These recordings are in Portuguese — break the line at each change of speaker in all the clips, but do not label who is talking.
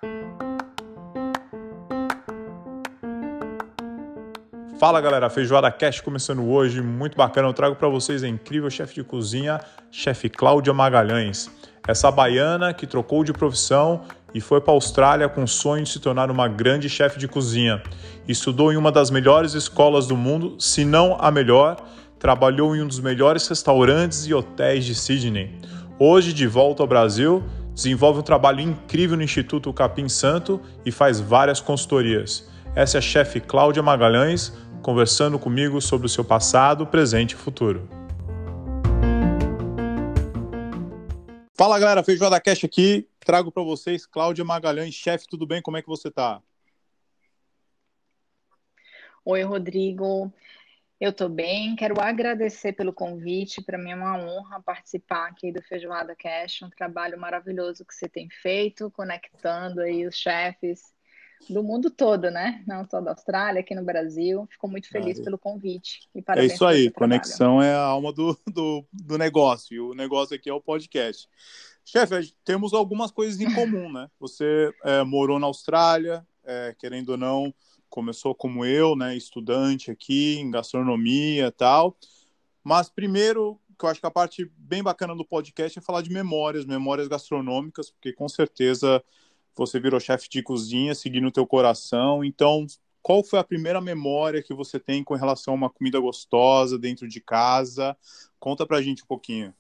Fala galera, Feijoada Cast começando hoje, muito bacana. Eu trago para vocês a incrível chefe de cozinha, chefe Cláudia Magalhães. Essa baiana que trocou de profissão e foi para a Austrália com o sonho de se tornar uma grande chefe de cozinha. Estudou em uma das melhores escolas do mundo, se não a melhor. Trabalhou em um dos melhores restaurantes e hotéis de Sydney. Hoje, de volta ao Brasil, desenvolve um trabalho incrível no Instituto Capim Santo e faz várias consultorias. Essa é a chefe Cláudia Magalhães, conversando comigo sobre o seu passado, presente e futuro. Fala galera, Feijoada Cast aqui, trago para vocês Cláudia Magalhães. Chefe, tudo bem? Como é que você tá?
Oi, Rodrigo. Eu tô bem. Quero agradecer pelo convite. Para mim é uma honra participar aqui do Feijoada Cash, um trabalho maravilhoso que você tem feito, conectando aí os chefes do mundo todo, né? Não só da Austrália, aqui no Brasil. Fico muito feliz pelo convite e
É
parabéns
isso
pelo
aí,
seu trabalho.
conexão é a alma do negócio, e o negócio aqui é o podcast. Chefe, temos algumas coisas em comum, né? Você morou na Austrália, querendo ou não, começou como eu, né, estudante aqui em gastronomia e tal. Mas primeiro, que eu acho que a parte bem bacana do podcast é falar de memórias, memórias gastronômicas, porque com certeza você virou chefe de cozinha, seguindo o teu coração. Então, qual foi a primeira memória que você tem com relação a uma comida gostosa dentro de casa? Conta pra gente um pouquinho.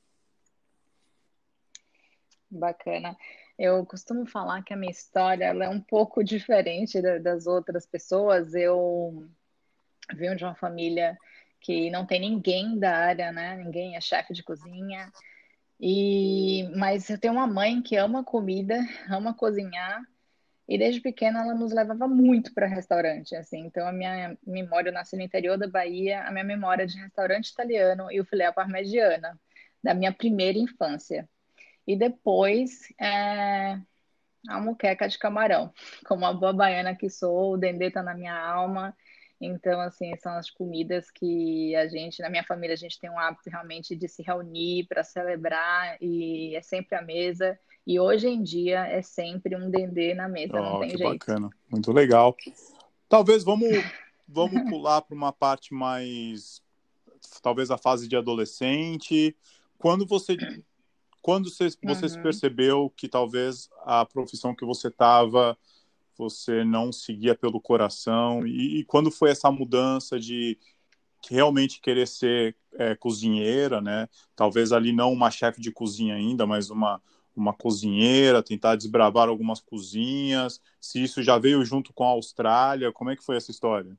Bacana. Eu costumo falar que a minha história ela é um pouco diferente das outras pessoas. Eu venho de uma família que não tem ninguém da área, né? Ninguém é chefe de cozinha. Mas eu tenho uma mãe que ama comida, ama cozinhar, e desde pequena ela nos levava muito para restaurante, assim. Então a minha memória, eu nasci no interior da Bahia, a minha memória é de restaurante italiano e o filé à parmegiana, da minha primeira infância. E depois, a moqueca de camarão. Como a boa baiana que sou, o dendê tá na minha alma. Então, assim, são as comidas que a gente, na minha família, a gente tem um hábito realmente de se reunir para celebrar e é sempre à mesa. E hoje em dia é sempre um dendê na mesa, não
Oh,
tem
que
jeito.
bacana, muito legal. Talvez vamos pular para uma parte mais, talvez a fase de adolescente. Quando você se
Uhum.
percebeu que talvez a profissão que você estava, você não seguia pelo coração? E quando foi essa mudança de realmente querer ser cozinheira, né? Talvez ali não uma chefe de cozinha ainda, mas uma cozinheira, tentar desbravar algumas cozinhas. Se isso já veio junto com a Austrália, como é que foi essa história?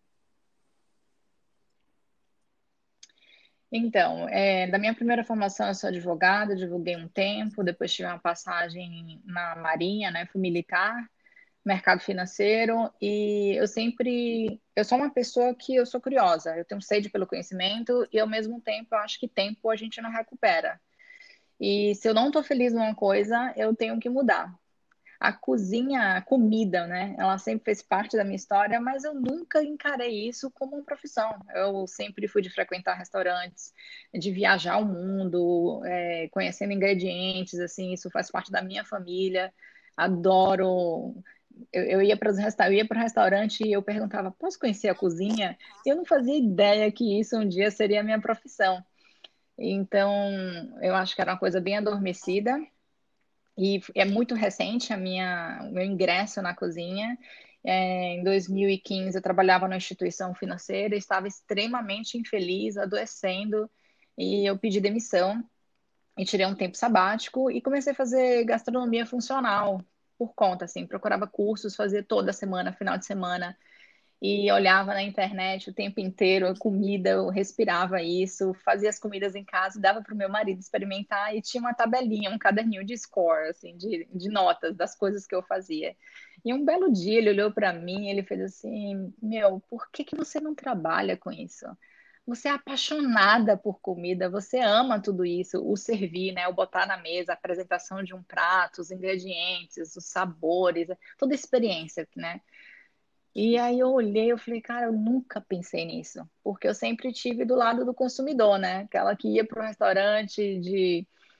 Então, da minha primeira formação, eu sou advogada, advoguei um tempo, depois tive uma passagem na Marinha, né? Fui militar, mercado financeiro e eu sou uma pessoa que eu sou curiosa, eu tenho sede pelo conhecimento e ao mesmo tempo eu acho que tempo a gente não recupera. E se eu não estou feliz numa coisa, eu tenho que mudar. A cozinha, a comida, né? Ela sempre fez parte da minha história, mas eu nunca encarei isso como uma profissão. Eu sempre fui de frequentar restaurantes, de viajar o mundo, conhecendo ingredientes, assim, isso faz parte da minha família. Adoro. Eu ia para eu ia para o restaurante e eu perguntava, posso conhecer a cozinha? Eu não fazia ideia que isso um dia seria a minha profissão. Então, eu acho que era uma coisa bem adormecida. E é muito recente o meu ingresso na cozinha. Em 2015, eu trabalhava numa instituição financeira, estava extremamente infeliz, adoecendo, e eu pedi demissão e tirei um tempo sabático e comecei a fazer gastronomia funcional por conta, assim, procurava cursos, fazia toda semana, final de semana, e olhava na internet o tempo inteiro, a comida, eu respirava isso, fazia as comidas em casa, dava para o meu marido experimentar e tinha uma tabelinha, um caderninho de score, assim, de notas das coisas que eu fazia. E um belo dia ele olhou para mim e ele fez assim, meu, por que que você não trabalha com isso? Você é apaixonada por comida, você ama tudo isso, o servir, né? O botar na mesa, a apresentação de um prato, os ingredientes, os sabores, toda a experiência, né? E aí eu olhei, eu falei, cara, eu nunca pensei nisso, porque eu sempre tive do lado do consumidor, né? Aquela que ia para o restaurante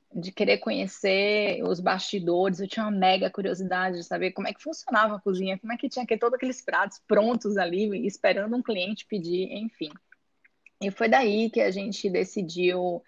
de querer conhecer os bastidores. Eu tinha uma mega curiosidade de saber como é que funcionava a cozinha, como é que tinha que todos aqueles pratos prontos ali, esperando um cliente pedir, enfim. E foi daí que a gente decidiu.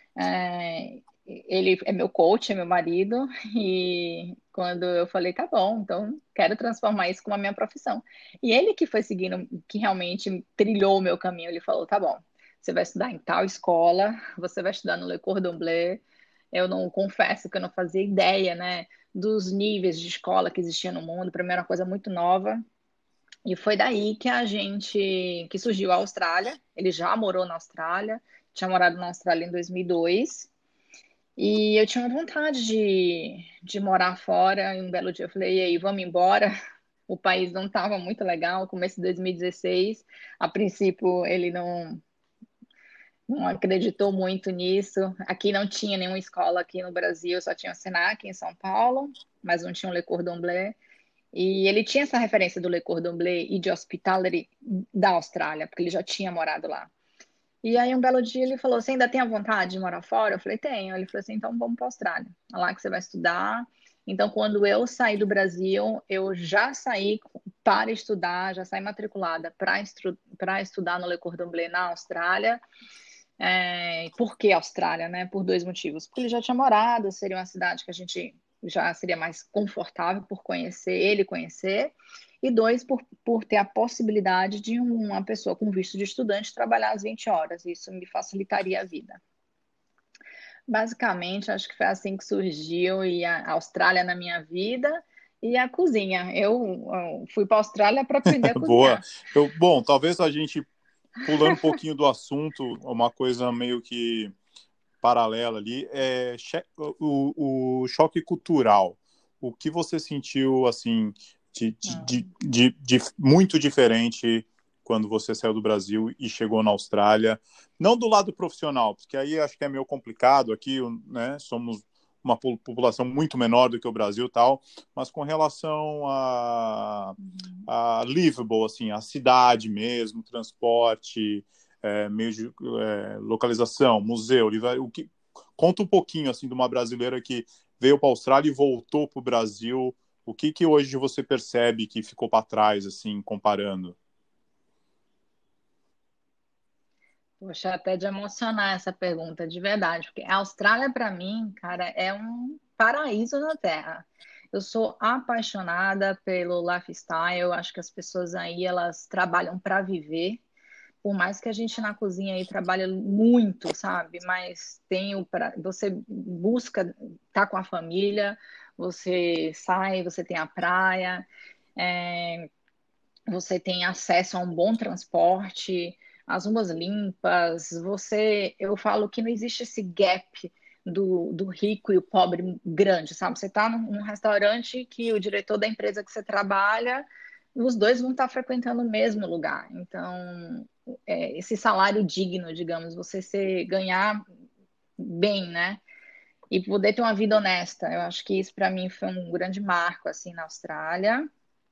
Ele é meu coach, é meu marido, e quando eu falei, tá bom, então quero transformar isso como a minha profissão. E ele que foi seguindo, que realmente trilhou o meu caminho, ele falou, tá bom, você vai estudar em tal escola, você vai estudar no Le Cordon Bleu. Eu não confesso que eu não fazia ideia, né, dos níveis de escola que existia no mundo, para mim era uma coisa muito nova. E foi daí que que surgiu a Austrália. Ele já morou na Austrália, tinha morado na Austrália em 2002. E eu tinha vontade de morar fora. E um belo dia eu falei, e aí, vamos embora? O país não estava muito legal, começo de 2016. A princípio, ele não acreditou muito nisso. Aqui não tinha nenhuma escola aqui no Brasil, só tinha o Senac em São Paulo, mas não tinha o Le Cordon Bleu. E ele tinha essa referência do Le Cordon Bleu e de hospitality da Austrália, porque ele já tinha morado lá. E aí, um belo dia, ele falou: Você ainda tem a vontade de morar fora? Eu falei: Tenho. Ele falou assim: Então vamos para a Austrália. É lá que você vai estudar. Então, quando eu saí do Brasil, eu já saí para estudar, já saí matriculada para estudar no Le Cordon Bleu na Austrália. Por que Austrália, né? Por dois motivos. Porque ele já tinha morado, seria uma cidade que a gente já seria mais confortável por conhecer, ele conhecer. E dois, por ter a possibilidade de uma pessoa com visto de estudante trabalhar às 20 horas. Isso me facilitaria a vida. Basicamente, acho que foi assim que surgiu e a Austrália na minha vida e a cozinha. Eu fui para a Austrália para aprender a
Boa.
cozinhar.
Bom, talvez a gente, pulando um pouquinho do assunto, uma coisa meio que paralela ali, o choque cultural. O que você sentiu, assim, de muito diferente quando você saiu do Brasil e chegou na Austrália? Não do lado profissional, porque aí acho que é meio complicado aqui, né? Somos uma população muito menor do que o Brasil e tal, mas com relação a livable, assim, a cidade mesmo, transporte, meio de localização, museu, livraria, conta um pouquinho assim de uma brasileira que veio para a Austrália e voltou para o Brasil. O que hoje você percebe que ficou para trás, assim, comparando?
Poxa, até de emocionar essa pergunta, de verdade, porque a Austrália, para mim, cara, é um paraíso na Terra. Eu sou apaixonada pelo lifestyle, eu acho que as pessoas aí, elas trabalham para viver, por mais que a gente na cozinha aí trabalha muito, sabe? Mas você busca estar com a família, você sai, você tem a praia, é, você tem acesso a um bom transporte, as ruas limpas, eu falo que não existe esse gap do rico e o pobre grande, sabe? Você está num restaurante que o diretor da empresa que você trabalha, os dois vão estar frequentando o mesmo lugar. Então, esse salário digno, digamos, ganhar bem, né? E poder ter uma vida honesta. Eu acho que isso para mim foi um grande marco assim na Austrália,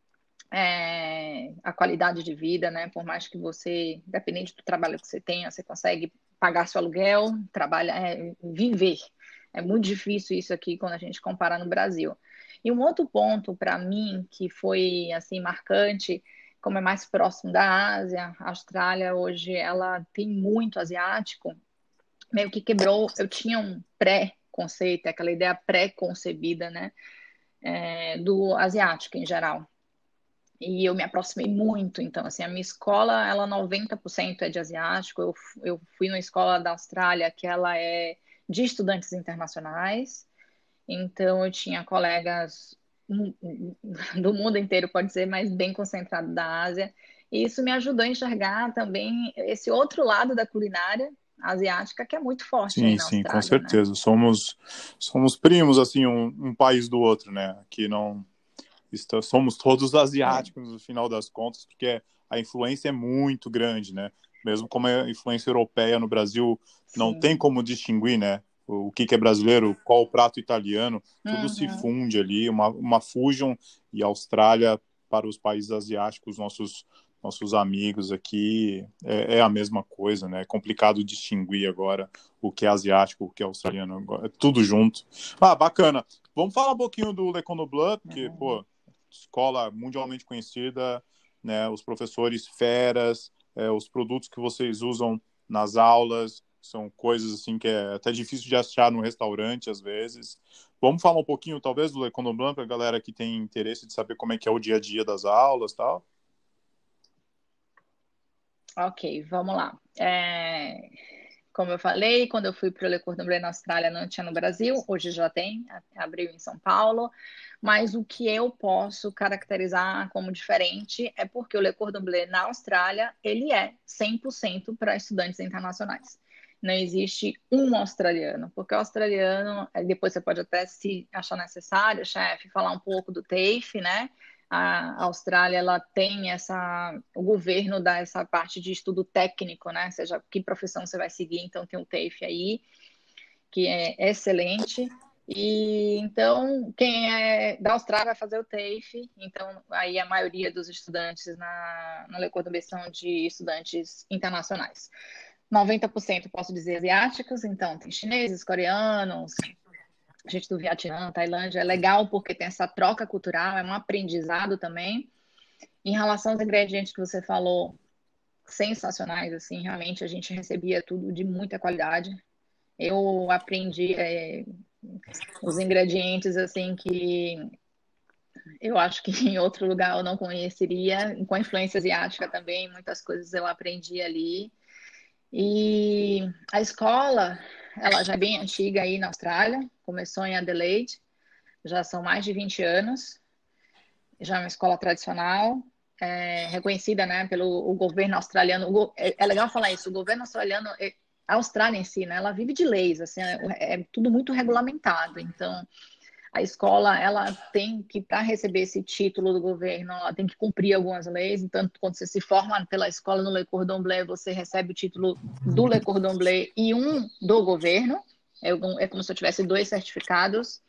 a qualidade de vida, né? Por mais que você, independente do trabalho que você tenha, você consegue pagar seu aluguel, viver. É muito difícil isso aqui quando a gente compara no Brasil. E um outro ponto para mim que foi assim marcante, como é mais próximo da Ásia, a Austrália hoje ela tem muito asiático, meio que quebrou. Eu tinha um pré-conceito, aquela ideia pré-concebida, né, do asiático em geral. E eu me aproximei muito, então, assim, a minha escola, ela 90% é de asiático. Eu fui numa escola da Austrália que ela é de estudantes internacionais, então eu tinha colegas do mundo inteiro, pode ser, mas bem concentrado da Ásia. E isso me ajudou a enxergar também esse outro lado da culinária asiática que é muito forte aí
Sim,
na
sim, com
Austrália, né?
certeza. Somos primos, assim, um país do outro, né? Que não somos todos
É.
asiáticos no final das contas, porque a influência é muito grande, né? Mesmo como a influência europeia no Brasil não tem
Sim.
como distinguir, né? O que é brasileiro, qual o prato italiano, tudo se
Uhum.
funde ali, uma fusion, e a Austrália para os países asiáticos, nossos amigos aqui, é a mesma coisa, né? É complicado distinguir agora o que é asiático, o que é australiano, agora, é tudo junto. Ah, bacana. Vamos falar um pouquinho do Le Cordon Bleu, porque, pô, escola mundialmente conhecida, né? Os professores feras, os produtos que vocês usam nas aulas, são coisas assim que é até difícil de achar no restaurante às vezes. Vamos falar um pouquinho, talvez, do Le Cordon Bleu, para a galera que tem interesse de saber como é que é o dia a dia das aulas e tal.
Ok, vamos lá. Como eu falei, quando eu fui para o Le Cordon Bleu na Austrália, não tinha no Brasil, hoje já tem, abriu em São Paulo, mas o que eu posso caracterizar como diferente é porque o Le Cordon Bleu na Austrália, ele é 100% para estudantes internacionais. Não existe um australiano, porque o australiano, depois você pode até se achar necessário, chefe, falar um pouco do TAFE, né? A Austrália, ela tem o governo dá essa parte de estudo técnico, né? Seja que profissão você vai seguir, então tem o TAFE aí, que é excelente. E então, quem é da Austrália vai fazer o TAFE, então aí a maioria dos estudantes na Le Cordon Bleu são de estudantes internacionais. 90% posso dizer asiáticos, então tem chineses, coreanos, gente do Vietnã, Tailândia. É legal porque tem essa troca cultural, é um aprendizado também. Em relação aos ingredientes que você falou, sensacionais, assim, realmente a gente recebia tudo de muita qualidade. Eu aprendi os ingredientes, assim, que eu acho que em outro lugar eu não conheceria. Com a influência asiática também, muitas coisas eu aprendi ali. E a escola, ela já é bem antiga aí na Austrália, começou em Adelaide, já são mais de 20 anos, já é uma escola tradicional, reconhecida, né, pelo o governo australiano. É legal falar isso, o governo australiano, a Austrália em si, né, ela vive de leis, assim, é tudo muito regulamentado. Então, a escola, ela tem que, para receber esse título do governo, ela tem que cumprir algumas leis. Então, quando você se forma pela escola no Le Cordon Bleu, você recebe o título do Le Cordon Bleu e um do governo. É como se eu tivesse dois certificados.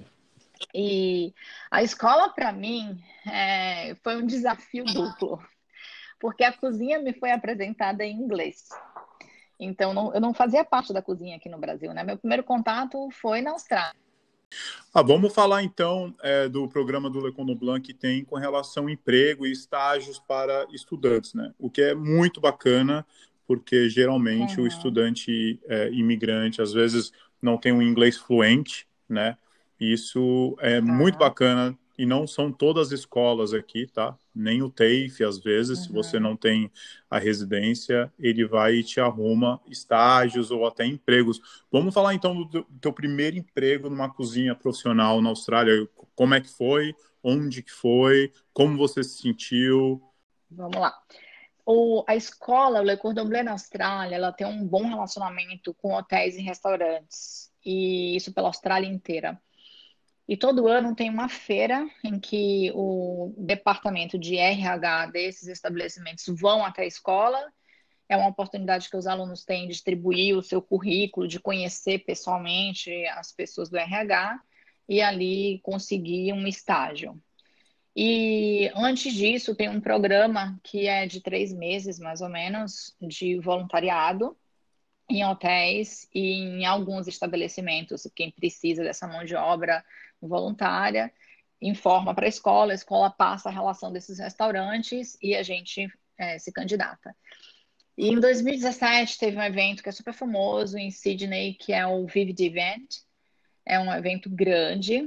E a escola, para mim, foi um desafio duplo, porque a cozinha me foi apresentada em inglês. Então, eu não fazia parte da cozinha aqui no Brasil, né? Meu primeiro contato foi na Austrália.
Vamos falar então do programa do Le Cordon Bleu que tem com relação ao emprego e estágios para estudantes, né? O que é muito bacana, porque geralmente o
Uhum.
estudante imigrante às vezes não tem um inglês fluente, né? Isso é muito
Tá.
bacana e não são todas as escolas aqui, tá? Nem o TAFE, às vezes, se você
Uhum.
não tem a residência, ele vai e te arruma estágios ou até empregos. Vamos falar então do teu primeiro emprego numa cozinha profissional na Austrália. Como é que foi? Onde que foi? Como você se sentiu?
Vamos lá. A escola, o Le Cordon Bleu na Austrália, ela tem um bom relacionamento com hotéis e restaurantes. E isso pela Austrália inteira. E todo ano tem uma feira em que o departamento de RH desses estabelecimentos vão até a escola. É uma oportunidade que os alunos têm de distribuir o seu currículo, de conhecer pessoalmente as pessoas do RH e ali conseguir um estágio. E antes disso, tem um programa que é de 3 meses, mais ou menos, de voluntariado em hotéis e em alguns estabelecimentos. Quem precisa dessa mão de obra voluntária informa para a escola passa a relação desses restaurantes e a gente se candidata. E em 2017 teve um evento que é super famoso em Sydney, que é o Vivid Event. É um evento grande,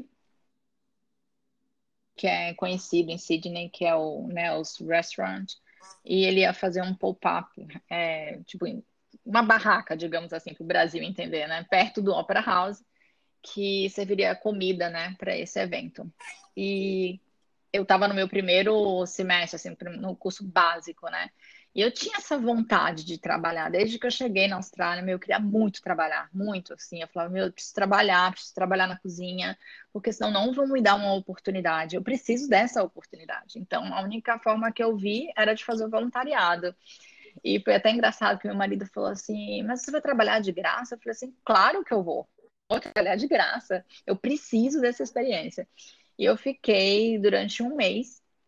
que é conhecido em Sydney, que é o Nels Restaurant. E ele ia fazer um pop-up, tipo, uma barraca, digamos assim, para o Brasil entender, né? Perto do Opera House, que serviria comida, né, para esse evento. E eu estava no meu primeiro semestre, assim, no curso básico, né? E eu tinha essa vontade de trabalhar. Desde que eu cheguei na Austrália, eu queria muito trabalhar, muito, assim. Eu falava, eu preciso trabalhar na cozinha, porque senão não vão me dar uma oportunidade. Eu preciso dessa oportunidade. Então, a única forma que eu vi era de fazer o voluntariado. E foi até engraçado que meu marido falou assim, mas você vai trabalhar de graça? Eu falei assim, claro que eu vou trabalhar de graça. Eu preciso dessa experiência. E eu fiquei durante um mês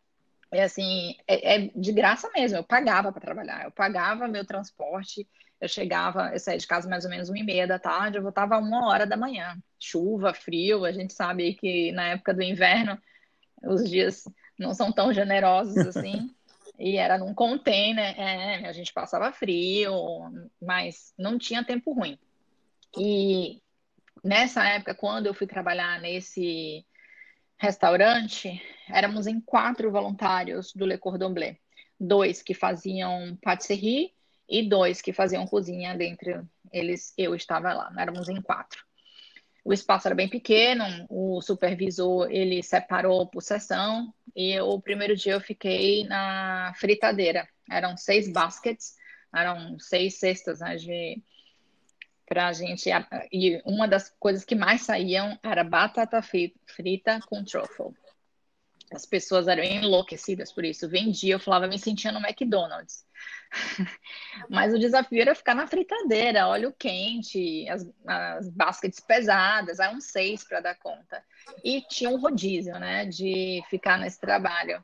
É assim, é de graça mesmo. Eu pagava para trabalhar, eu pagava meu transporte. Eu saía de casa mais ou menos 1h30 da tarde, eu voltava 1h da manhã. Chuva, frio, a gente sabe que na época do inverno os dias não são tão generosos assim. E era num container, a gente passava frio, mas não tinha tempo ruim. E nessa época, quando eu fui trabalhar nesse restaurante, éramos em 4 voluntários do Le Cordon Bleu. 2 que faziam patisserie e 2 que faziam cozinha. Dentre eles, eu estava lá. Éramos em 4. O espaço era bem pequeno, o supervisor ele separou por sessão e o primeiro dia eu fiquei na fritadeira. Eram 6 baskets, eram 6 cestas, né, pra gente. E uma das coisas que mais saíam era batata frita com truffle. As pessoas eram enlouquecidas por isso. Vendia, eu falava, me sentia no McDonald's. Mas o desafio era ficar na fritadeira, óleo quente, as baskets pesadas, eram 6 para dar conta. E tinha um rodízio, né, de ficar nesse trabalho.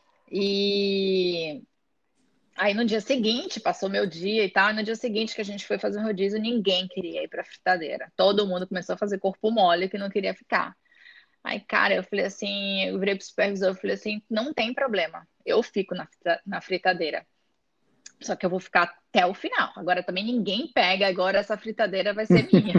E aí no dia seguinte, passou meu dia e tal, e no dia seguinte que a gente foi fazer o rodízio, ninguém queria ir para a fritadeira. Todo mundo começou a fazer corpo mole que não queria ficar. Aí, cara, eu falei assim, eu virei pro supervisor, eu falei assim, não tem problema, eu fico na fritadeira. Só que eu vou ficar até o final. Agora também ninguém pega, agora essa fritadeira vai ser minha.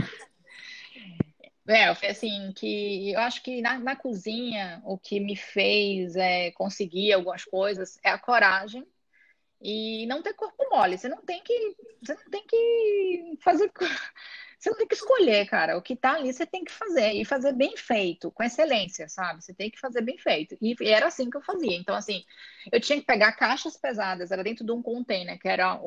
Eu falei assim, que eu acho que na cozinha o que me fez conseguir algumas coisas é a coragem e não ter corpo mole. Você não tem que fazer. Você não tem que escolher, cara. O que tá ali você tem que fazer e fazer bem feito, com excelência, sabe? Você tem que fazer bem feito. E era assim que eu fazia. Então, assim, eu tinha que pegar caixas pesadas, era dentro de um container, que era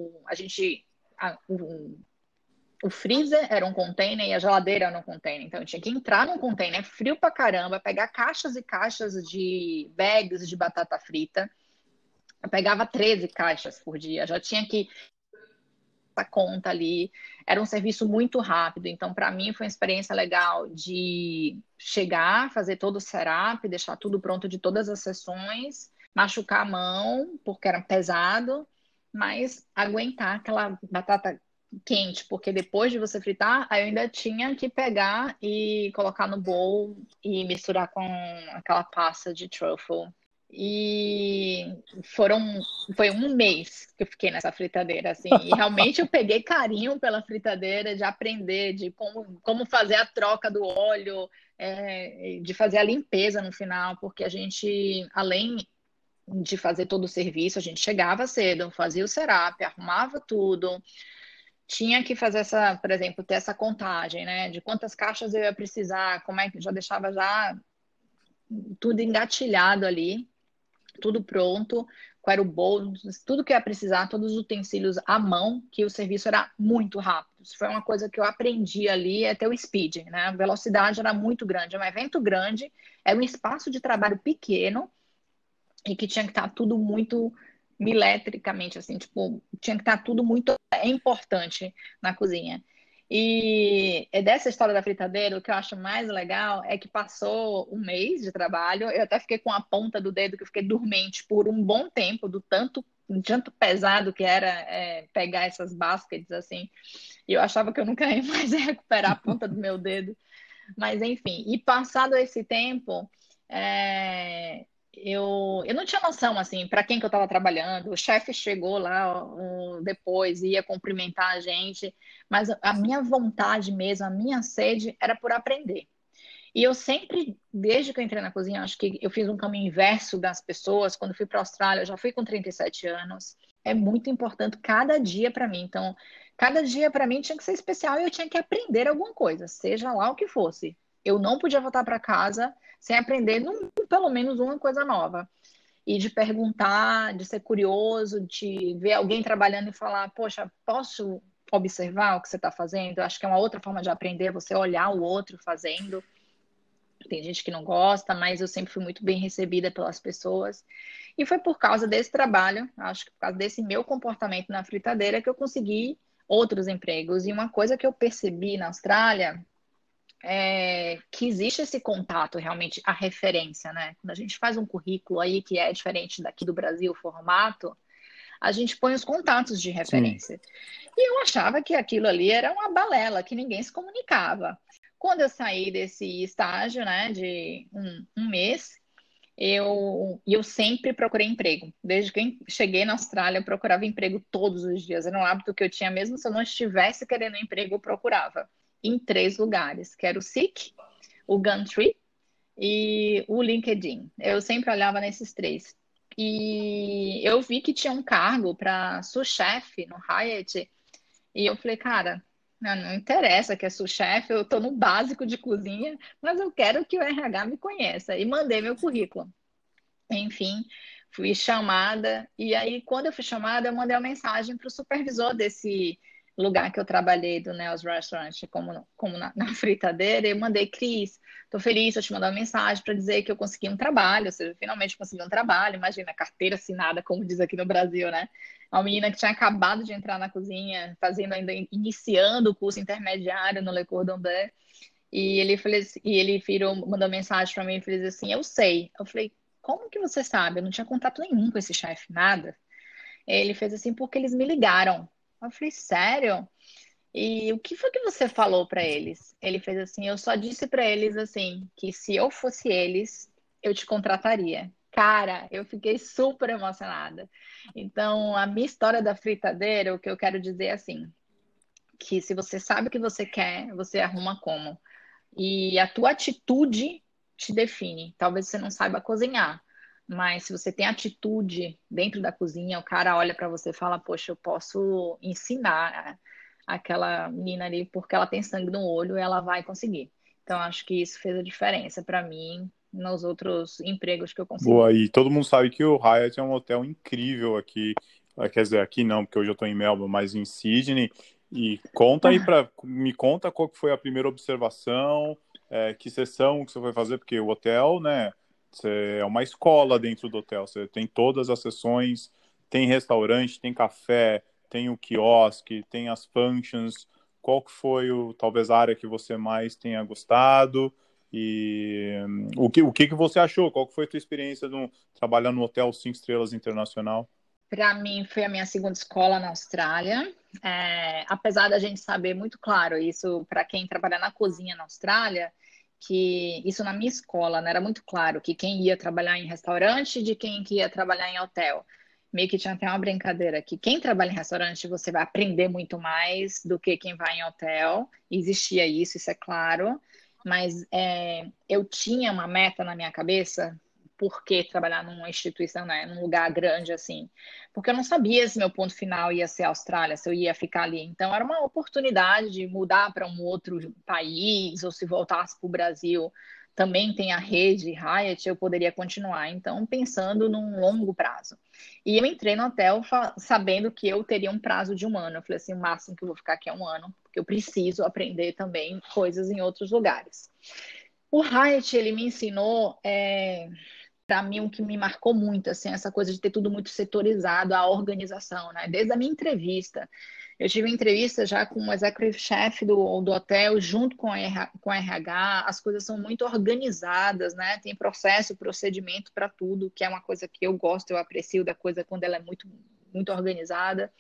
o freezer era um container e a geladeira era um container. Então, eu tinha que entrar num container frio pra caramba, pegar caixas e caixas de bags de batata frita. Eu pegava 13 caixas por dia. Já tinha que essa conta ali. Era um serviço muito rápido, então para mim foi uma experiência legal de chegar, fazer todo o setup, deixar tudo pronto de todas as sessões, machucar a mão, porque era pesado, mas aguentar aquela batata quente, porque depois de você fritar, aí eu ainda tinha que pegar e colocar no bowl e misturar com aquela pasta de truffle. E foi um mês que eu fiquei nessa fritadeira, assim, e realmente eu peguei carinho pela fritadeira, de aprender de como fazer a troca do óleo, de fazer a limpeza no final, porque a gente, além de fazer todo o serviço, a gente chegava cedo, fazia o setup, arrumava tudo, tinha que fazer por exemplo, ter essa contagem, né, de quantas caixas eu ia precisar, como é que já deixava já tudo engatilhado ali, tudo pronto, qual era o bolo, tudo que eu ia precisar, todos os utensílios à mão, que o serviço era muito rápido. Isso foi uma coisa que eu aprendi ali, até o speed, né? A velocidade era muito grande, é um evento grande, era um espaço de trabalho pequeno e que tinha que estar tudo muito milimetricamente, assim, tipo, tinha que estar tudo muito importante na cozinha. E é dessa história da fritadeira, o que eu acho mais legal é que passou um mês de trabalho, eu até fiquei com a ponta do dedo que eu fiquei dormente por um bom tempo, do tanto pesado que era pegar essas baskets, assim, e eu achava que eu nunca ia mais recuperar a ponta do meu dedo. Mas enfim, e passado esse tempo, eu não tinha noção, assim, para quem que eu estava trabalhando. O chefe chegou lá depois, ia cumprimentar a gente, mas a minha vontade mesmo, a minha sede era por aprender. E eu sempre, desde que eu entrei na cozinha, acho que eu fiz um caminho inverso das pessoas. Quando fui para a Austrália, eu já fui com 37 anos. É muito importante cada dia para mim. Então, cada dia para mim tinha que ser especial e eu tinha que aprender alguma coisa, seja lá o que fosse. Eu não podia voltar para casa sem aprender pelo menos uma coisa nova. E de perguntar, de ser curioso, de ver alguém trabalhando e falar: poxa, posso observar o que você está fazendo? Eu acho que é uma outra forma de aprender, você olhar o outro fazendo. Tem gente que não gosta, mas eu sempre fui muito bem recebida pelas pessoas. E foi por causa desse trabalho, acho que por causa desse meu comportamento na fritadeira, que eu consegui outros empregos. E uma coisa que eu percebi na Austrália que existe esse contato, realmente, a referência, né? Quando a gente faz um currículo aí que é diferente daqui do Brasil, o formato, a gente põe os contatos de
Sim.
referência. E eu achava que aquilo ali era uma balela, que ninguém se comunicava. Quando eu saí desse estágio, né, de um mês, eu sempre procurei emprego. Desde que eu cheguei na Austrália, eu procurava emprego todos os dias. Era um hábito que eu tinha, mesmo se eu não estivesse querendo emprego, eu procurava. Em 3 lugares, que era o Seek, o Gumtree e o LinkedIn. Eu sempre olhava nesses 3. E eu vi que tinha um cargo para sous-chefe no Hyatt. E eu falei, cara, não interessa que é sous-chefe, eu estou no básico de cozinha, mas eu quero que o RH me conheça. E mandei meu currículo. Enfim, fui chamada. E aí, quando eu fui chamada, eu mandei uma mensagem para o supervisor desse lugar que eu trabalhei, do Nels Restaurant, como na fritadeira. Eu mandei, Cris, tô feliz, eu te mandar uma mensagem para dizer que eu consegui um trabalho, ou seja, finalmente consegui um trabalho. Imagina, carteira assinada, como diz aqui no Brasil, né? Uma menina que tinha acabado de entrar na cozinha, fazendo ainda, iniciando o curso intermediário no Le Cordon Bleu. E ele falou assim, mandou mensagem para mim e falou assim: Eu sei. Eu falei: Como que você sabe? Eu não tinha contato nenhum com esse chefe, nada. Ele fez assim: Porque eles me ligaram. Eu falei: Sério? E o que foi que você falou para eles? Ele fez assim: Eu só disse para eles assim que se eu fosse eles, eu te contrataria. Cara, eu fiquei super emocionada. Então, a minha história da fritadeira, o que eu quero dizer é assim, que se você sabe o que você quer, você arruma como. E a tua atitude te define. Talvez você não saiba cozinhar, mas se você tem atitude dentro da cozinha, o cara olha para você e fala: Poxa, eu posso ensinar aquela menina ali porque ela tem sangue no olho e ela vai conseguir. Então, acho que isso fez a diferença para mim nos outros empregos que eu consegui.
Boa, e todo mundo sabe que o Hyatt é um hotel incrível aqui. Quer dizer, aqui não, porque hoje eu estou em Melbourne, mas em Sydney. E conta aí me conta qual que foi a primeira observação, que sessão que você foi fazer, porque o hotel, né, é uma escola dentro do hotel. Você tem todas as sessões, tem restaurante, tem café, tem o quiosque, tem as functions. Qual que foi talvez a área que você mais tenha gostado? E o que você achou? Qual que foi a tua experiência trabalhando no Hotel 5 Estrelas Internacional?
Para mim, foi a minha segunda escola na Austrália. Apesar da gente saber muito claro isso para quem trabalha na cozinha na Austrália, que isso na minha escola, né, era muito claro que quem ia trabalhar em restaurante de quem que ia trabalhar em hotel. Meio que tinha até uma brincadeira que quem trabalha em restaurante você vai aprender muito mais do que quem vai em hotel. Existia isso é claro. Mas eu tinha uma meta na minha cabeça, por que trabalhar numa instituição, né, num lugar grande assim, porque eu não sabia se meu ponto final ia ser a Austrália, se eu ia ficar ali. Então, era uma oportunidade de mudar para um outro país, ou se voltasse para o Brasil, também tem a rede Hyatt, eu poderia continuar. Então, pensando num longo prazo. E eu entrei no hotel sabendo que eu teria um prazo de 1 ano. Eu falei assim, o máximo que eu vou ficar aqui é 1 ano, porque eu preciso aprender também coisas em outros lugares. O Hyatt, ele me ensinou para mim, o que me marcou muito, assim, essa coisa de ter tudo muito setorizado, a organização, né? Desde a minha entrevista. Eu tive entrevista já com o executive chef do hotel, junto com a RH, as coisas são muito organizadas, né? Tem processo, procedimento para tudo, que é uma coisa que eu gosto, eu aprecio da coisa quando ela é muito, muito organizada.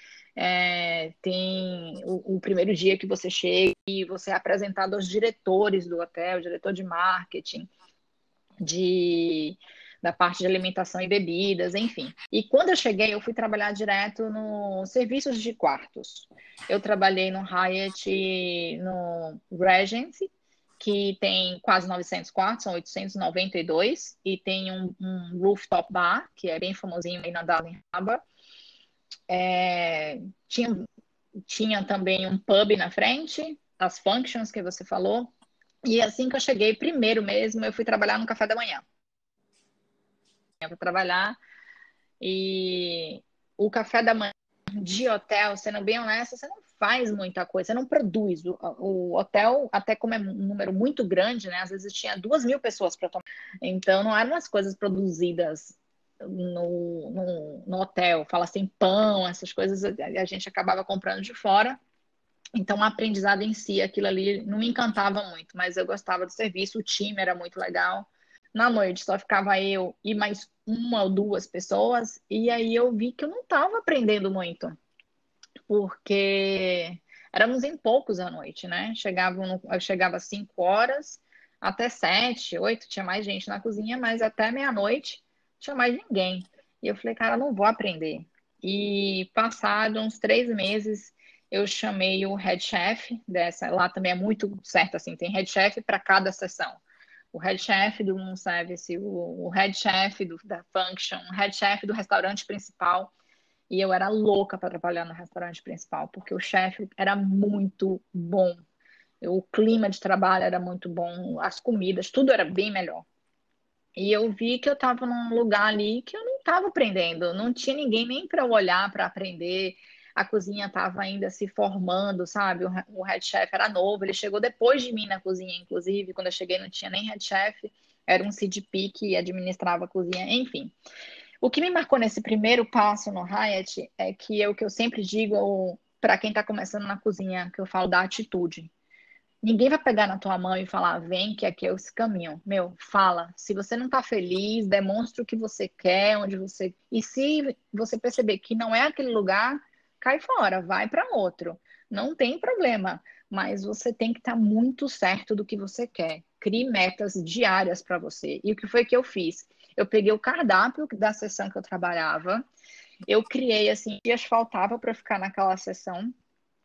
Tem o primeiro dia que você chega e você é apresentado aos diretores do hotel, diretor de marketing, de, da parte de alimentação e bebidas, enfim. E quando eu cheguei, eu fui trabalhar direto no serviços de quartos. Eu trabalhei no Hyatt, no Regency, que tem quase 900 quartos, são 892, e tem um rooftop bar, que é bem famosinho aí na Darling Harbour. Tinha, tinha também um pub na frente, as functions que você falou. E assim que eu cheguei, primeiro mesmo, eu fui trabalhar no café da manhã. Para trabalhar e o café da manhã de hotel, sendo bem honesta, você não faz muita coisa, você não produz. O hotel, até como é um número muito grande, né? Às vezes tinha 2.000 pessoas para tomar. Então não eram as coisas produzidas no hotel. Fala assim, pão, essas coisas a gente acabava comprando de fora. Então, o aprendizado em si, aquilo ali não me encantava muito, mas eu gostava do serviço, o time era muito legal. Na noite só ficava eu e mais uma ou duas pessoas, e aí eu vi que eu não estava aprendendo muito, porque éramos em poucos à noite, né? Eu chegava às 5 horas, até 7, 8, tinha mais gente na cozinha, mas até meia-noite tinha mais ninguém. E eu falei, cara, eu não vou aprender. E passado uns 3 meses, eu chamei o head chef dessa. Lá também é muito certo assim, tem head chef para cada sessão. O head chef do room service, o head chef da function, o head chef do restaurante principal. E eu era louca para trabalhar no restaurante principal, porque o chefe era muito bom. O clima de trabalho era muito bom, as comidas, tudo era bem melhor. E eu vi que eu estava num lugar ali que eu não estava aprendendo, não tinha ninguém nem para eu olhar para aprender. A cozinha estava ainda se formando, sabe? O head chef era novo, ele chegou depois de mim na cozinha, inclusive. Quando eu cheguei, não tinha nem head chef, era um CDP que administrava a cozinha, enfim. O que me marcou nesse primeiro passo no Hyatt é que é o que eu sempre digo para quem está começando na cozinha, que eu falo da atitude. Ninguém vai pegar na tua mão e falar, vem, que aqui é esse caminho. Meu, fala. Se você não está feliz, demonstra o que você quer, onde você. E se você perceber que não é aquele lugar, cai fora, vai para outro. Não tem problema. Mas você tem que estar muito certo do que você quer. Crie metas diárias para você. E o que foi que eu fiz? Eu peguei o cardápio da sessão que eu trabalhava, eu criei assim, dias faltava para ficar naquela sessão.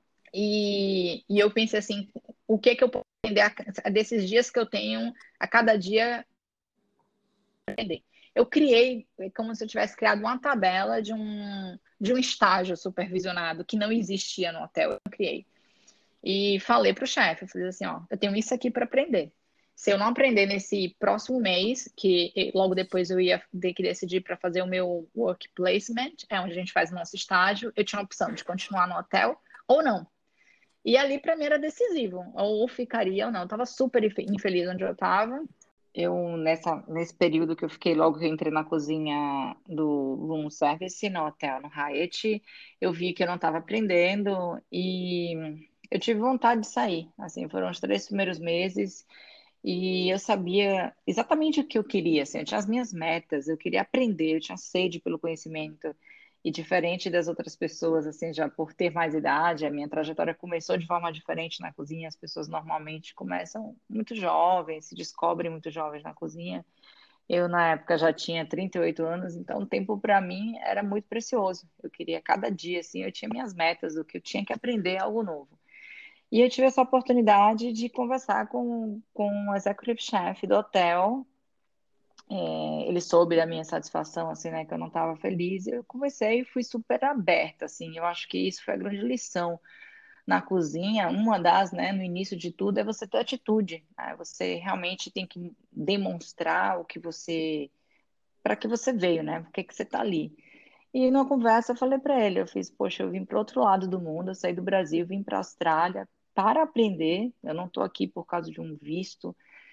E eu pensei assim, o que que eu posso aprender desses dias que eu tenho a cada dia aprender. Eu criei como se eu tivesse criado uma tabela de um estágio supervisionado que não existia no hotel. Eu criei. E falei para o chefe, eu falei assim, ó, eu tenho isso aqui para aprender. Se eu não aprender nesse próximo mês, que logo depois eu ia ter que decidir para fazer o meu work placement, é onde a gente faz o nosso estágio, eu tinha a opção de continuar no hotel ou não. E ali para mim era decisivo, ou ficaria ou não. Eu estava super infeliz onde eu estava. Nesse período que eu fiquei, logo que eu entrei na cozinha do room service no hotel, no Hyatt, eu vi que eu não estava aprendendo e eu tive vontade de sair. Assim, foram os 3 primeiros meses e eu sabia exatamente o que eu queria. Assim, eu tinha as minhas metas, eu queria aprender, eu tinha sede pelo conhecimento. E diferente das outras pessoas, assim, já por ter mais idade, a minha trajetória começou de forma diferente na cozinha. As pessoas normalmente começam muito jovens, se descobrem muito jovens na cozinha. Eu, na época, já tinha 38 anos, então o tempo para mim era muito precioso. Eu queria cada dia, assim, eu tinha minhas metas, o que eu tinha que aprender algo novo. E eu tive essa oportunidade de conversar com o executive chef do hotel. Ele soube da minha satisfação, assim, né, que eu não estava feliz. Eu conversei e fui super aberta, assim. Eu acho que isso foi a grande lição na cozinha. Uma das, né, no início de tudo, é você ter atitude, né? Você realmente tem que demonstrar o que você, para que você veio, né? Por que que você está ali? E numa conversa eu falei para ele, eu fiz, poxa, eu vim para outro lado do mundo, eu saí do Brasil, vim para a Austrália para aprender. Eu não estou aqui por causa de um visto.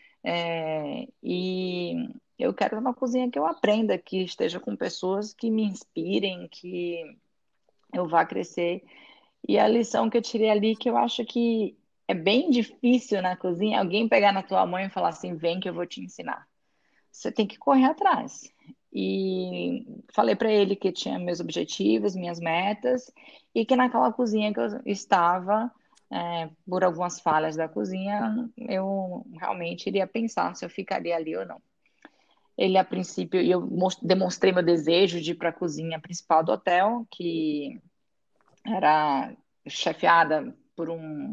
E eu quero uma cozinha que eu aprenda, que esteja com pessoas que me inspirem, que eu vá crescer. E a lição que eu tirei ali, que eu acho que é bem difícil na cozinha, alguém pegar na tua mão e falar assim, vem que eu vou te ensinar. Você tem que correr atrás. E falei para ele que tinha meus objetivos, minhas metas, e que naquela cozinha que eu estava, por algumas falhas da cozinha, eu realmente iria pensar se eu ficaria ali ou não. Ele, a princípio, e eu demonstrei meu desejo de ir para a cozinha principal do hotel, que era chefiada por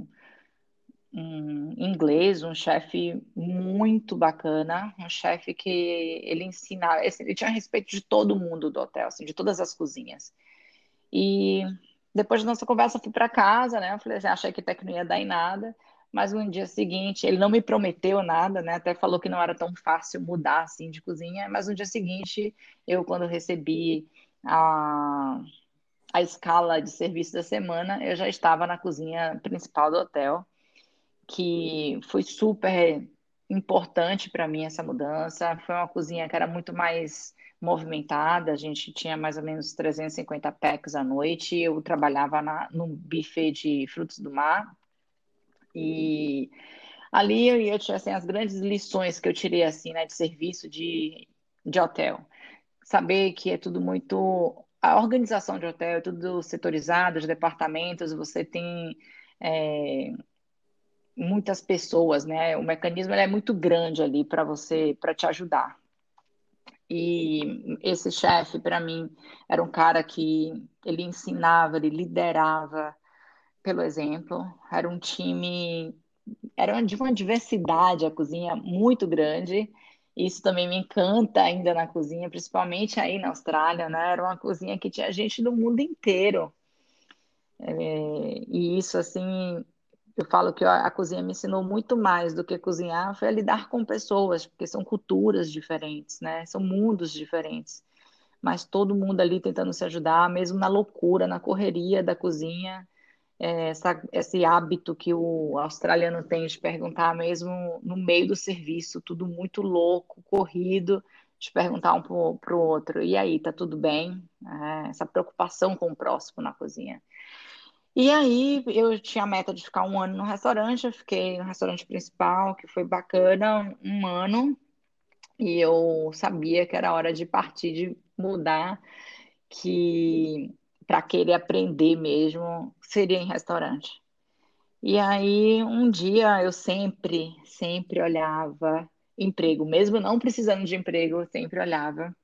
um inglês, um chefe muito bacana, um chefe que ele ensinava, assim, ele tinha respeito de todo mundo do hotel, assim, de todas as cozinhas. E depois da nossa conversa, eu fui para casa, né? Eu falei assim, achei que até que não ia dar em nada, mas no dia seguinte, ele não me prometeu nada, né? Até falou que não era tão fácil mudar assim de cozinha, mas no dia seguinte, eu quando recebi a a escala de serviço da semana, eu já estava na cozinha principal do hotel, que foi super importante para mim essa mudança. Foi uma cozinha que era muito mais movimentada, a gente tinha mais ou menos 350 packs à noite. Eu trabalhava no buffet de frutos do mar e ali eu tinha assim, as grandes lições que eu tirei assim, né, de serviço de hotel. Saber que é tudo muito. A organização de hotel é tudo setorizado, os departamentos, você tem é, muitas pessoas, né? O mecanismo ele é muito grande ali para você, para te ajudar. E esse chefe, para mim, era um cara que ele ensinava, ele liderava pelo exemplo. Era um time, era de uma diversidade a cozinha muito grande. Isso também me encanta ainda na cozinha, principalmente aí na Austrália, né? Era uma cozinha que tinha gente do mundo inteiro. E isso, assim, eu falo que a cozinha me ensinou muito mais do que cozinhar, foi a lidar com pessoas, porque são culturas diferentes, né? São mundos diferentes. Mas todo mundo ali tentando se ajudar, mesmo na loucura, na correria da cozinha, esse hábito que o australiano tem de perguntar mesmo no meio do serviço, tudo muito louco, corrido, de perguntar um pro outro, e aí, tá tudo bem? Essa preocupação com o próximo na cozinha. E aí eu tinha a meta de ficar um ano no restaurante, eu fiquei no restaurante principal, que foi bacana, um ano, e eu sabia que era hora de partir, de mudar, que para querer aprender mesmo seria em restaurante. E aí um dia eu sempre olhava emprego, mesmo não precisando de emprego, eu sempre olhava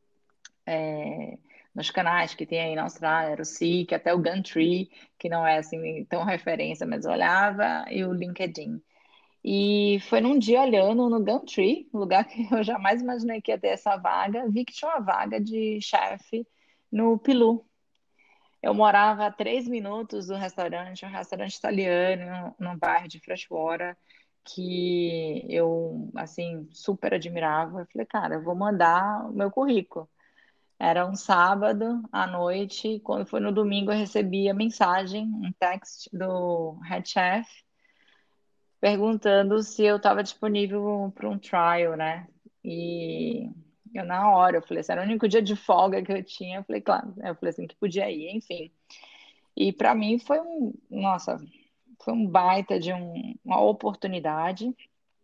nos canais que tem aí na Austrália, era o Seek, até o Gumtree, que não é assim tão referência, mas eu olhava, e o LinkedIn. E foi num dia olhando no Gumtree, um lugar que eu jamais imaginei que ia ter essa vaga, vi que tinha uma vaga de chefe no Pilu. Eu morava a 3 minutos do restaurante, um restaurante italiano, num bairro de Freshwater, que eu, assim, super admirava. Eu falei, cara, eu vou mandar o meu currículo. Era um sábado à noite, quando foi no domingo eu recebi a mensagem, um text do head chef, perguntando se eu estava disponível para um trial, né? E eu na hora, eu falei, esse era o único dia de folga que eu tinha, eu falei, claro, eu falei assim, que podia ir, enfim. E para mim foi nossa, foi um baita de uma oportunidade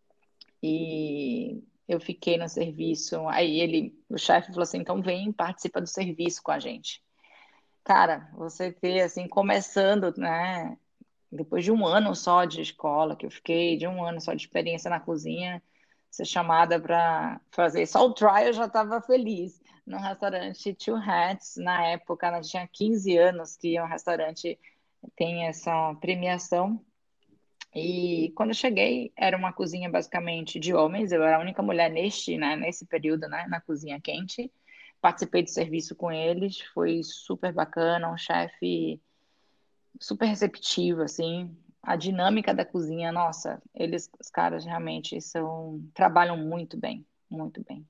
e eu fiquei no serviço. Aí o chefe falou assim, então vem, participa do serviço com a gente. Cara, você ter assim, começando, né? Depois de um ano só de escola, que eu fiquei, de um ano só de experiência na cozinha, ser chamada para fazer só o trial, eu já estava feliz. No restaurante Two Hats, na época, ela tinha 15 anos que o restaurante tem essa premiação. E quando eu cheguei, era uma cozinha basicamente de homens, eu era a única mulher nesse período, né, na cozinha quente. Participei do serviço com eles, foi super bacana, um chefe super receptivo, assim. A dinâmica da cozinha, nossa, os caras realmente trabalham muito bem, muito bem.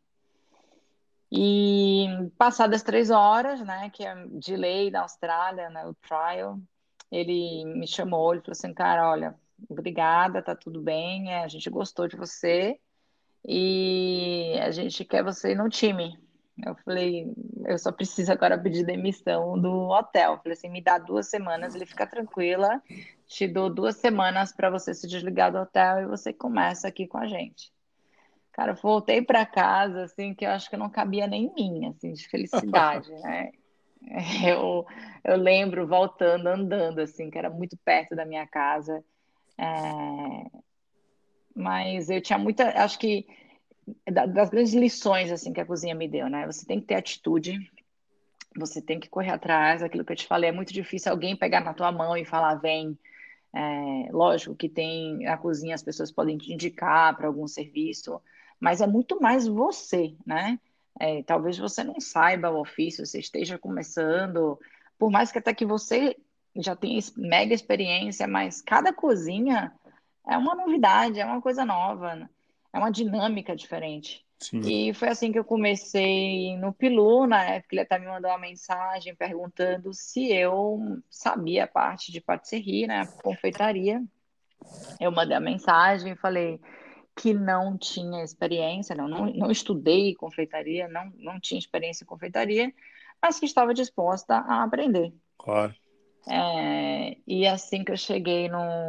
E passadas 3 horas, né, que é de lei da Austrália, né, o trial, ele me chamou, ele falou assim, cara, olha, obrigada, tá tudo bem, a gente gostou de você e a gente quer você no time. Eu falei, eu só preciso agora pedir demissão do hotel. Eu falei assim, me dá 2 semanas, ele fica tranquila, te dou 2 semanas para você se desligar do hotel e você começa aqui com a gente. Cara, eu voltei para casa, assim, que eu acho que não cabia nem em mim, assim, de felicidade, né? Eu, eu lembro voltando, andando, assim, que era muito perto da minha casa. Mas eu tinha muita, acho que das grandes lições, assim, que a cozinha me deu, né? Você tem que ter atitude, você tem que correr atrás, aquilo que eu te falei, é muito difícil alguém pegar na tua mão e falar, vem. Lógico que tem a cozinha, as pessoas podem te indicar para algum serviço, mas é muito mais você, né? Talvez você não saiba o ofício, você esteja começando, por mais que até que você já tenha mega experiência, mas cada cozinha é uma novidade, é uma coisa nova, né? É uma dinâmica diferente.
Sim.
E foi assim que eu comecei no Pilu, na época ele até me mandou uma mensagem perguntando se eu sabia a parte de patisserie, né, confeitaria. Eu mandei a mensagem e falei que não tinha experiência, não estudei confeitaria, não tinha experiência em confeitaria, mas que estava disposta a aprender.
Claro.
E assim que eu cheguei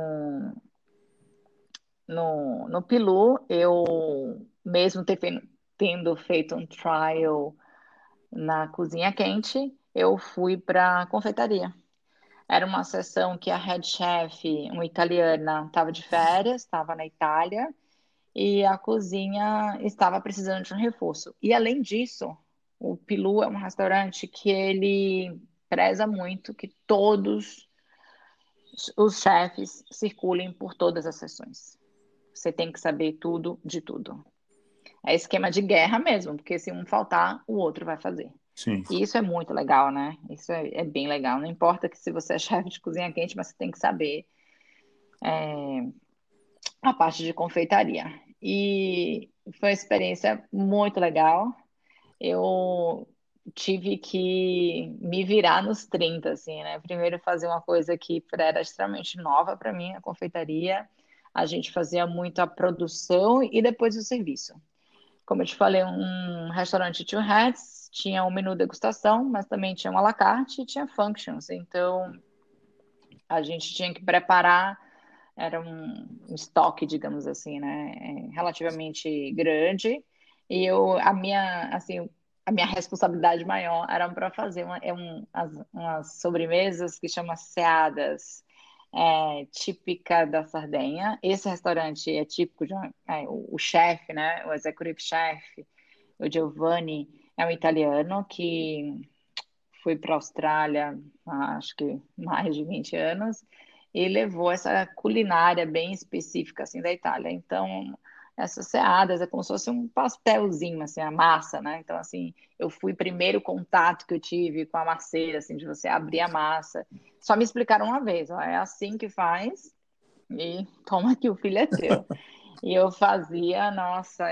no Pilu, eu mesmo tendo feito um trial na cozinha quente, eu fui para confeitaria. Era uma sessão que a head chef, uma italiana, estava de férias, estava na Itália, e a cozinha estava precisando de um reforço. E além disso, o Pilu é um restaurante que ele preza muito que todos os chefes circulem por todas as sessões. Você tem que saber tudo de tudo. É esquema de guerra mesmo, porque se um faltar, o outro vai fazer.
Sim.
E isso é muito legal, né? Isso é bem legal. Não importa que se você é chefe de cozinha quente, mas você tem que saber a parte de confeitaria. E foi uma experiência muito legal. Eu tive que me virar nos 30, assim, né? Primeiro fazer uma coisa que era extremamente nova para mim, a confeitaria. A gente fazia muito a produção e depois o serviço. Como eu te falei, um restaurante Two Hats tinha um menu degustação, mas também tinha um à la carte e tinha functions. Então, a gente tinha que preparar, era um estoque, digamos assim, né, relativamente grande. E a minha responsabilidade maior era para fazer umas sobremesas que chamam ceadas, típica da Sardenha. Esse restaurante é típico o chefe, né, o executive chef, o Giovanni, é um italiano que foi para a Austrália há, acho que mais de 20 anos, e levou essa culinária bem específica assim da Itália. Então, essas ceadas é como se fosse um pastelzinho, assim, a massa, né? Então, assim, eu fui primeiro contato que eu tive com a masseira, assim, de você abrir a massa. Só me explicaram uma vez, ó, é assim que faz e toma que o filho é teu. E eu fazia, nossa,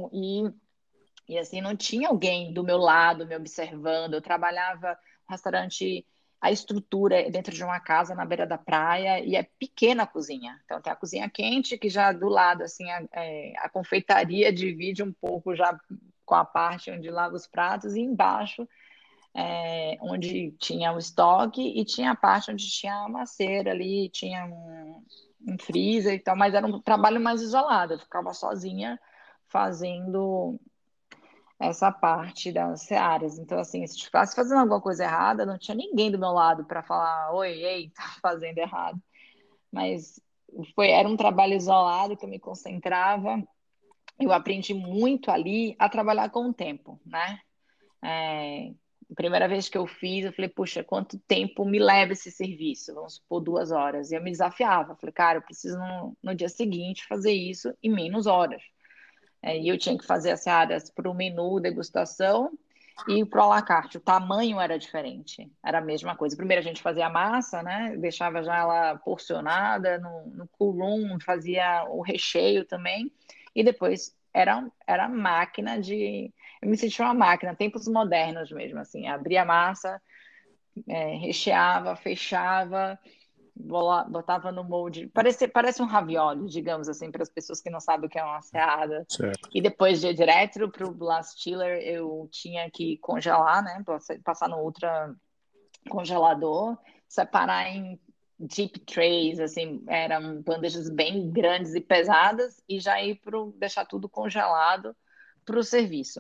e assim, não tinha alguém do meu lado me observando. Eu trabalhava no restaurante, a estrutura é dentro de uma casa na beira da praia e é pequena a cozinha. Então tem a cozinha quente que já do lado, assim, a confeitaria divide um pouco já com a parte onde lava os pratos e embaixo onde tinha o estoque e tinha a parte onde tinha a maceira ali, tinha um freezer e tal, mas era um trabalho mais isolado. Eu ficava sozinha fazendo essa parte das searas. Então, assim, se estivesse fazendo alguma coisa errada, não tinha ninguém do meu lado para falar, oi, ei, tá fazendo errado. Mas era um trabalho isolado que eu me concentrava. Eu aprendi muito ali a trabalhar com o tempo, né? A primeira vez que eu fiz, eu falei, puxa, quanto tempo me leva esse serviço? Vamos supor 2 horas. E eu me desafiava. Falei, cara, eu preciso no dia seguinte fazer isso em menos horas. E eu tinha que fazer as áreas para o menu, degustação e para o à la carte. O tamanho era diferente, era a mesma coisa. Primeiro a gente fazia a massa, né? Deixava já ela porcionada no cool room, fazia o recheio também. E depois era máquina de. Eu me sentia uma máquina, tempos modernos mesmo, assim. Abria a massa, recheava, fechava, botava no molde. Parece um ravioli, digamos assim, para as pessoas que não sabem o que é uma seada.
Certo.
E depois de ir direto para o blast chiller, eu tinha que congelar, né? Passar no ultra congelador, separar em deep trays, assim, eram bandejas bem grandes e pesadas, e já ir deixar tudo congelado para o serviço.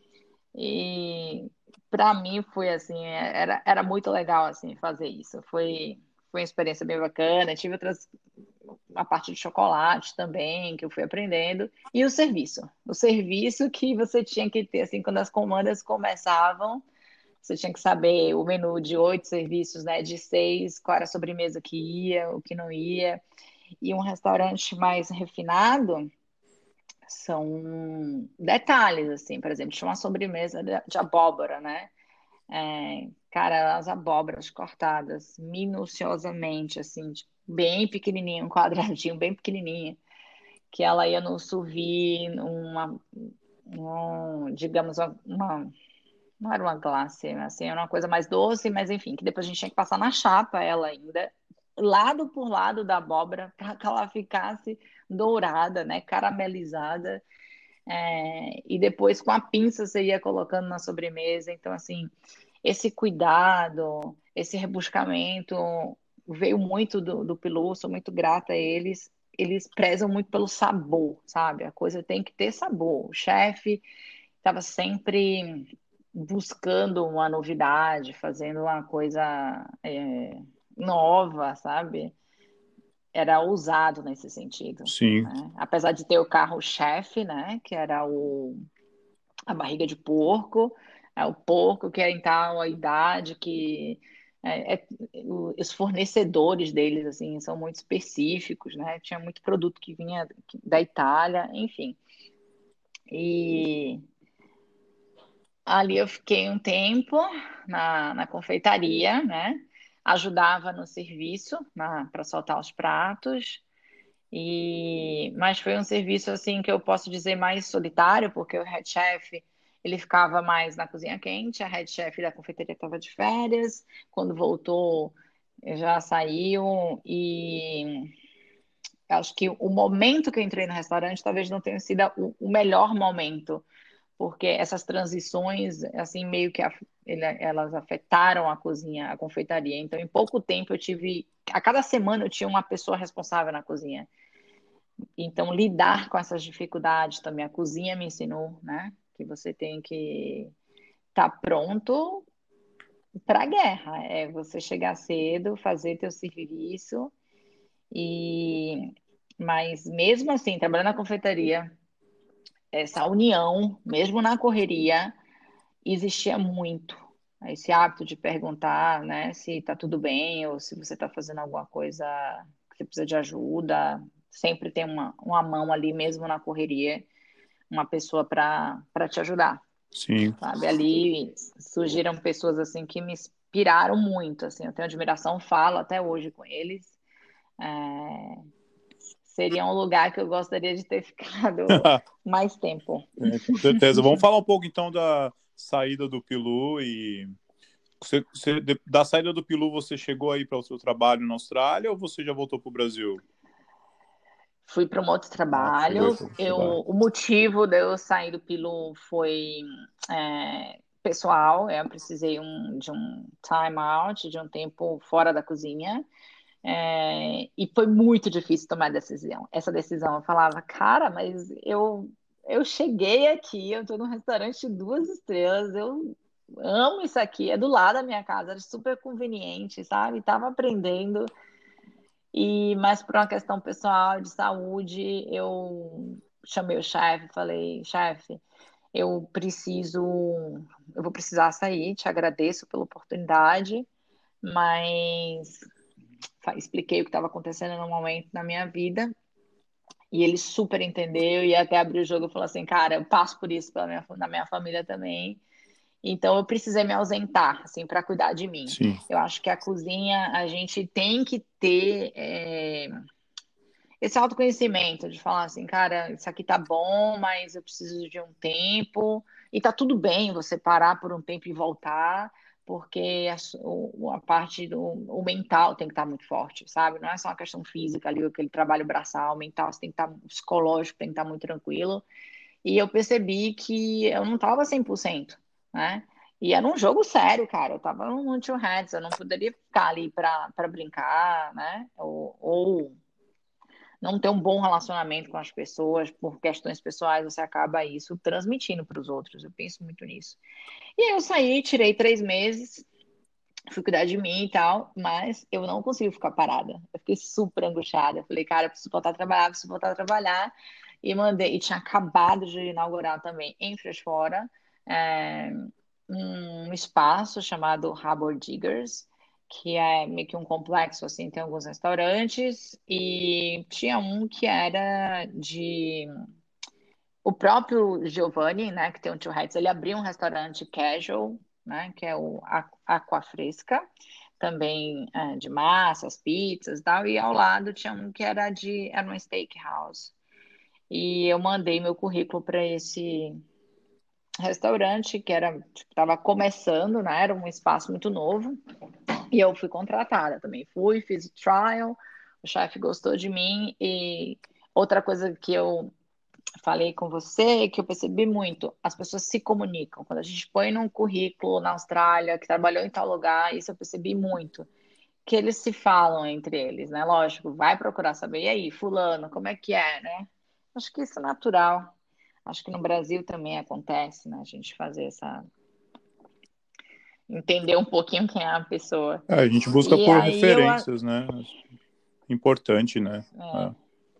E para mim foi assim, era muito legal assim fazer isso. Foi uma experiência bem bacana. Tive outras a parte de chocolate também que eu fui aprendendo e o serviço. O serviço que você tinha que ter assim quando as comandas começavam, você tinha que saber o menu de 8 serviços, né? De 6, qual era a sobremesa que ia, o que não ia. E um restaurante mais refinado são detalhes, assim, por exemplo, tinha uma sobremesa de abóbora, né? Cara, as abóboras cortadas minuciosamente, assim, tipo, bem pequenininho, um quadradinho bem pequenininho, que ela ia no sous vide, digamos, não era uma glace, assim, era uma coisa mais doce, mas enfim, que depois a gente tinha que passar na chapa ela ainda, lado por lado da abóbora para que ela ficasse dourada, né, caramelizada. E depois com a pinça você ia colocando na sobremesa. Então, assim, esse cuidado, esse rebuscamento veio muito do Pilu, sou muito grata a eles. Eles prezam muito pelo sabor, sabe? A coisa tem que ter sabor. O chefe estava sempre buscando uma novidade, fazendo uma coisa nova, sabe? Era ousado nesse sentido,
Sim.
né? Apesar de ter o carro-chefe, né? Que era a barriga de porco, o porco que é em tal idade que os fornecedores deles assim são muito específicos, né? Tinha muito produto que vinha da Itália, enfim. E ali eu fiquei um tempo na confeitaria, né? Ajudava no serviço para soltar os pratos. Mas foi um serviço assim que eu posso dizer mais solitário, porque o head chef ele ficava mais na cozinha quente, a head chef da confeitaria estava de férias, quando voltou já saiu e acho que o momento que eu entrei no restaurante talvez não tenha sido o melhor momento, porque essas transições assim meio que elas afetaram a cozinha, a confeitaria. Então, em pouco tempo eu tive, a cada semana eu tinha uma pessoa responsável na cozinha. Então, lidar com essas dificuldades também, a cozinha me ensinou, né? Que você tem que estar pronto para a guerra. É você chegar cedo, fazer teu serviço e mas mesmo assim, trabalhando na confeitaria, essa união, mesmo na correria, existia muito. Esse hábito de perguntar, né, se está tudo bem ou se você está fazendo alguma coisa que você precisa de ajuda. Sempre tem uma mão ali, mesmo na correria, uma pessoa para te ajudar,
Sim.
sabe? Ali surgiram pessoas assim que me inspiraram muito, assim, eu tenho admiração, falo até hoje com eles. É, seria um lugar que eu gostaria de ter ficado mais tempo.
Com certeza. Vamos falar um pouco então da saída do Pilu e da saída do Pilu você chegou aí para o seu trabalho na Austrália ou você já voltou para o Brasil?
Fui para um outro
Foi
trabalho.
para o trabalho.
O motivo de eu sair do Pilu foi pessoal. Eu precisei de um time out, de um tempo fora da cozinha. E foi muito difícil tomar essa decisão. Eu falava, cara, mas eu cheguei aqui, eu estou num restaurante de 2 estrelas, eu amo isso aqui, é do lado da minha casa, era super conveniente, sabe? Estava aprendendo. Mas por uma questão pessoal de saúde, eu chamei o chefe, falei, chefe, eu vou precisar sair, te agradeço pela oportunidade, mas expliquei o que estava acontecendo no momento na minha vida e ele super entendeu e até abriu o jogo e falou assim, cara, eu passo por isso na minha família também, então eu precisei me ausentar, assim, para cuidar de mim.
Sim.
Eu acho que a cozinha, a gente tem que ter esse autoconhecimento de falar assim, cara, isso aqui tá bom, mas eu preciso de um tempo. E tá tudo bem você parar por um tempo e voltar, porque a parte o mental tem que estar muito forte, sabe? Não é só uma questão física ali, aquele trabalho braçal, o mental, você tem que estar, o psicológico tem que estar muito tranquilo. E eu percebi que eu não tava 100%, né? E era um jogo sério, cara. Eu tava no Two Heads, eu não poderia ficar ali para brincar, né? Ou não ter um bom relacionamento com as pessoas por questões pessoais, você acaba isso transmitindo para os outros. Eu penso muito nisso. E aí eu saí, tirei 3 meses, fui cuidar de mim e tal, mas eu não consigo ficar parada. Eu fiquei super angustiada. Eu falei, cara, eu preciso voltar a trabalhar, preciso voltar a trabalhar. E mandei, e tinha acabado de inaugurar também em Freshfora, é, um espaço chamado Harbour Diggers, que é meio que um complexo, assim, tem alguns restaurantes, e tinha um que era de... O próprio Giovanni, né, que tem o Two Hats, ele abriu um restaurante casual, né, que é o Aqua Fresca, também de massas, pizzas e tal, e ao lado tinha um que era um steakhouse. E eu mandei meu currículo para esse restaurante, que era, tipo, estava começando, né, era um espaço muito novo, E eu fui contratada também. Fui, fiz o trial, o chefe gostou de mim. E outra coisa que eu falei com você, que eu percebi muito, as pessoas se comunicam. Quando a gente põe num currículo na Austrália, que trabalhou em tal lugar, isso eu percebi muito, que eles se falam entre eles, né? Lógico, vai procurar saber, e aí, fulano, como é que é, né? Acho que isso é natural. Acho que no Brasil também acontece, né? A gente fazer essa... entender um pouquinho quem é a pessoa.
A gente busca
E
por
aí eu...
referências, né? Importante, né?
é,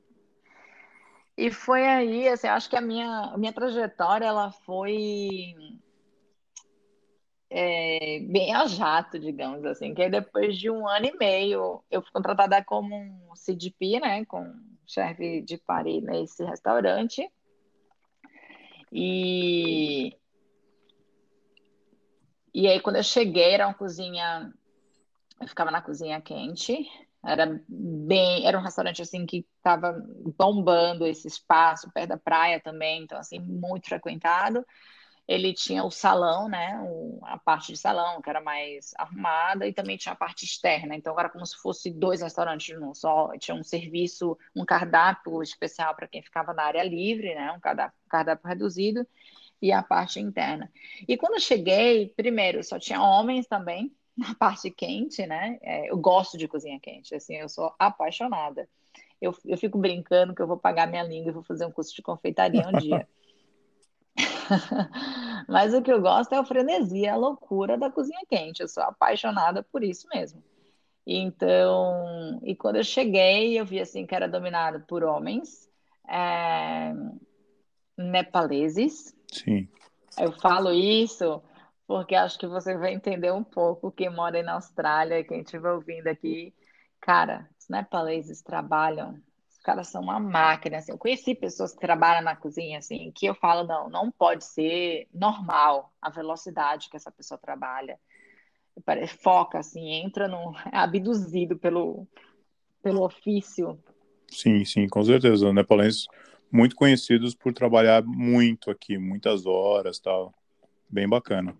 e foi aí, assim, acho que a minha trajetória, ela foi bem a jato, digamos assim, que aí depois de 1 ano e meio eu fui contratada como um CDP, né, com chefe de party nesse restaurante, e, e aí quando eu cheguei era uma cozinha, eu ficava na cozinha quente, era um restaurante assim que estava bombando esse espaço perto da praia também, então assim, muito frequentado. Ele tinha o salão, né? A parte de salão, que era mais arrumada, e também tinha a parte externa. Então, era como se fosse dois restaurantes num só. Tinha um serviço, um cardápio especial para quem ficava na área livre, né? Um cardápio reduzido, e a parte interna. E quando eu cheguei, primeiro, só tinha homens também, na parte quente, né? Eu gosto de cozinha quente, assim, eu sou apaixonada. Eu fico brincando que eu vou pagar minha língua e vou fazer um curso de confeitaria um dia. Mas o que eu gosto é o frenesi, a loucura da cozinha quente. Eu sou apaixonada por isso mesmo. Então, e quando eu cheguei, eu vi assim que era dominado por homens, é, nepaleses.
Sim.
Eu falo isso porque acho que você vai entender um pouco quem mora aí na Austrália, quem estiver ouvindo aqui. Cara, os nepaleses trabalham, os caras são uma máquina, assim. Eu conheci pessoas que trabalham na cozinha, assim, que eu falo, não, não pode ser normal a velocidade que essa pessoa trabalha. Foca, assim, entra no... é abduzido pelo ofício.
Sim, sim, com certeza. Os nepalenses muito conhecidos por trabalhar muito aqui, muitas horas, tal. Bem bacana.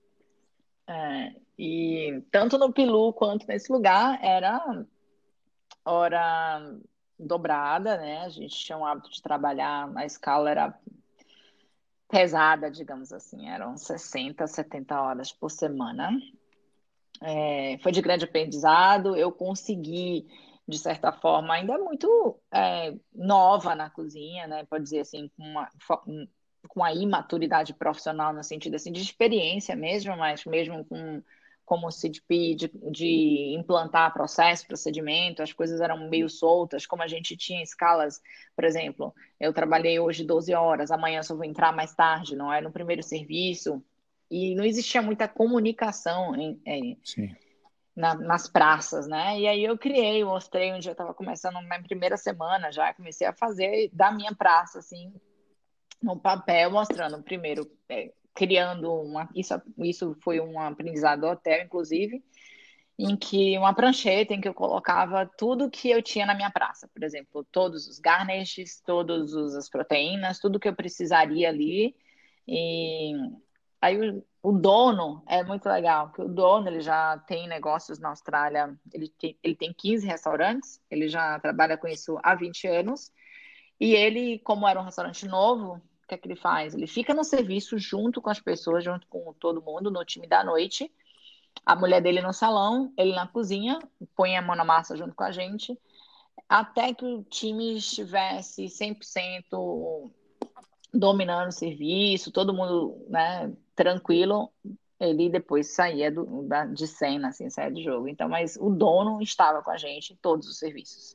E tanto no Peru quanto nesse lugar era hora dobrada, né? A gente tinha o hábito de trabalhar, a escala era pesada, digamos assim, eram 60, 70 horas por semana. Foi de grande aprendizado, eu consegui, de certa forma, ainda muito nova na cozinha, né? Pode dizer assim, com a imaturidade profissional no sentido assim, de experiência mesmo, mas mesmo com como CDP, de implantar processo, procedimento, as coisas eram meio soltas, como a gente tinha escalas, por exemplo, eu trabalhei hoje 12 horas, amanhã eu só vou entrar mais tarde, não é no primeiro serviço, e não existia muita comunicação
Sim.
nas praças, né? E aí eu criei, mostrei onde eu estava começando na minha primeira semana já, comecei a fazer da minha praça, assim, no papel, mostrando primeiro, criando isso foi um aprendizado do hotel, inclusive, em que uma prancheta em que eu colocava tudo que eu tinha na minha praça, por exemplo, todos os garnishes, todas as proteínas, tudo que eu precisaria ali. E aí o dono é muito legal, que o dono ele já tem negócios na Austrália, ele tem 15 restaurantes, ele já trabalha com isso há 20 anos, e ele, como era um restaurante novo, o que é que ele faz? Ele fica no serviço junto com as pessoas, junto com todo mundo, no time da noite, a mulher dele no salão, ele na cozinha, põe a mão na massa junto com a gente, até que o time estivesse 100% dominando o serviço, todo mundo, né, tranquilo, ele depois saía de cena, assim, saía do jogo. Então, mas o dono estava com a gente em todos os serviços.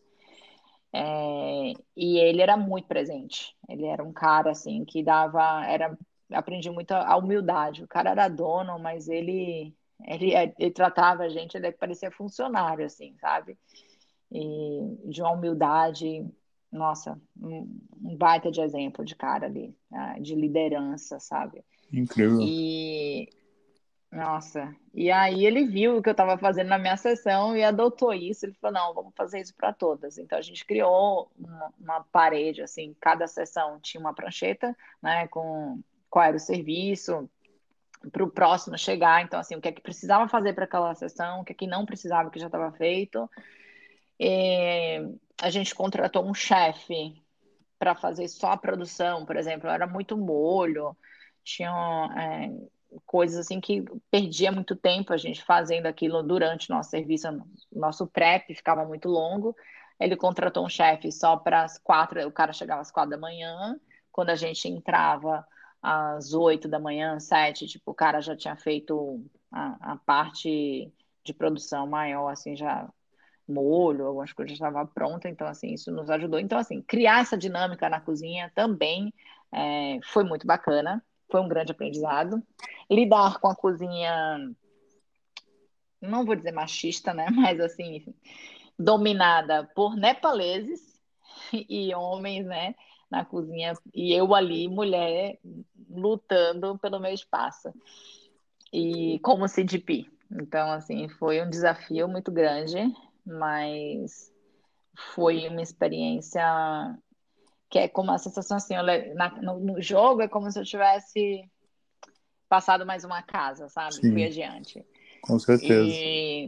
E ele era muito presente. Ele era um cara, assim, que aprendi muito a humildade. O cara era dono, mas ele tratava a gente, ele parecia funcionário, assim, sabe? E de uma humildade, nossa, um baita de exemplo de cara ali, de liderança, sabe?
Incrível.
E, nossa, e aí ele viu o que eu estava fazendo na minha sessão e adotou isso. Ele falou: não, vamos fazer isso para todas. Então a gente criou uma parede, assim, cada sessão tinha uma prancheta, né, com qual era o serviço, para o próximo chegar. Então, assim, o que é que precisava fazer para aquela sessão, o que é que não precisava, que já estava feito. E a gente contratou um chefe para fazer só a produção, por exemplo, era muito molho, tinha coisas assim que perdia muito tempo a gente fazendo aquilo durante o nosso serviço, nosso prep ficava muito longo. Ele contratou um chefe só para as 4, o cara chegava às 4 da manhã, quando a gente entrava às 8 da manhã, 7, tipo, o cara já tinha feito a parte de produção maior, assim, já molho, algumas coisas já estavam prontas, então assim, isso nos ajudou. Então, assim, criar essa dinâmica na cozinha também foi muito bacana, foi um grande aprendizado. Lidar com a cozinha, não vou dizer machista, né? Mas assim, dominada por nepaleses e homens, né? Na cozinha, e eu ali, mulher, lutando pelo meu espaço. E como CDP. Então, assim, foi um desafio muito grande, mas foi uma experiência que é como a sensação assim, no jogo é como se eu tivesse passado mais uma casa, sabe? Fui
Sim,
adiante.
com certeza.
E,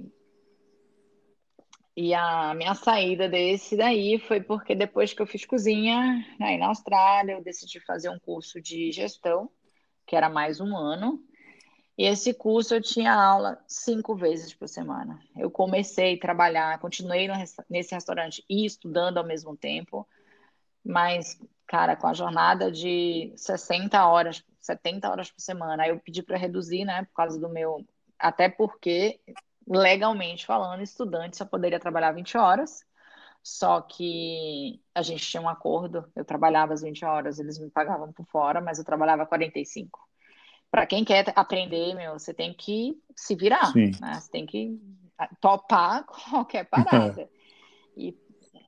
e a minha saída desse daí foi porque depois que eu fiz cozinha, aí na Austrália, eu decidi fazer um curso de gestão, que era mais um ano. E esse curso eu tinha aula 5 vezes por semana. Eu comecei a trabalhar, continuei nesse restaurante e estudando ao mesmo tempo. Mas, cara, com a jornada de 60 horas, 70 horas por semana, aí eu pedi para reduzir, né, por causa do meu. Até porque, legalmente falando, estudante só poderia trabalhar 20 horas. Só que a gente tinha um acordo, eu trabalhava as 20 horas, eles me pagavam por fora, mas eu trabalhava 45. Para quem quer aprender, meu, você tem que se virar,
Sim.
né? Você tem que topar qualquer parada. E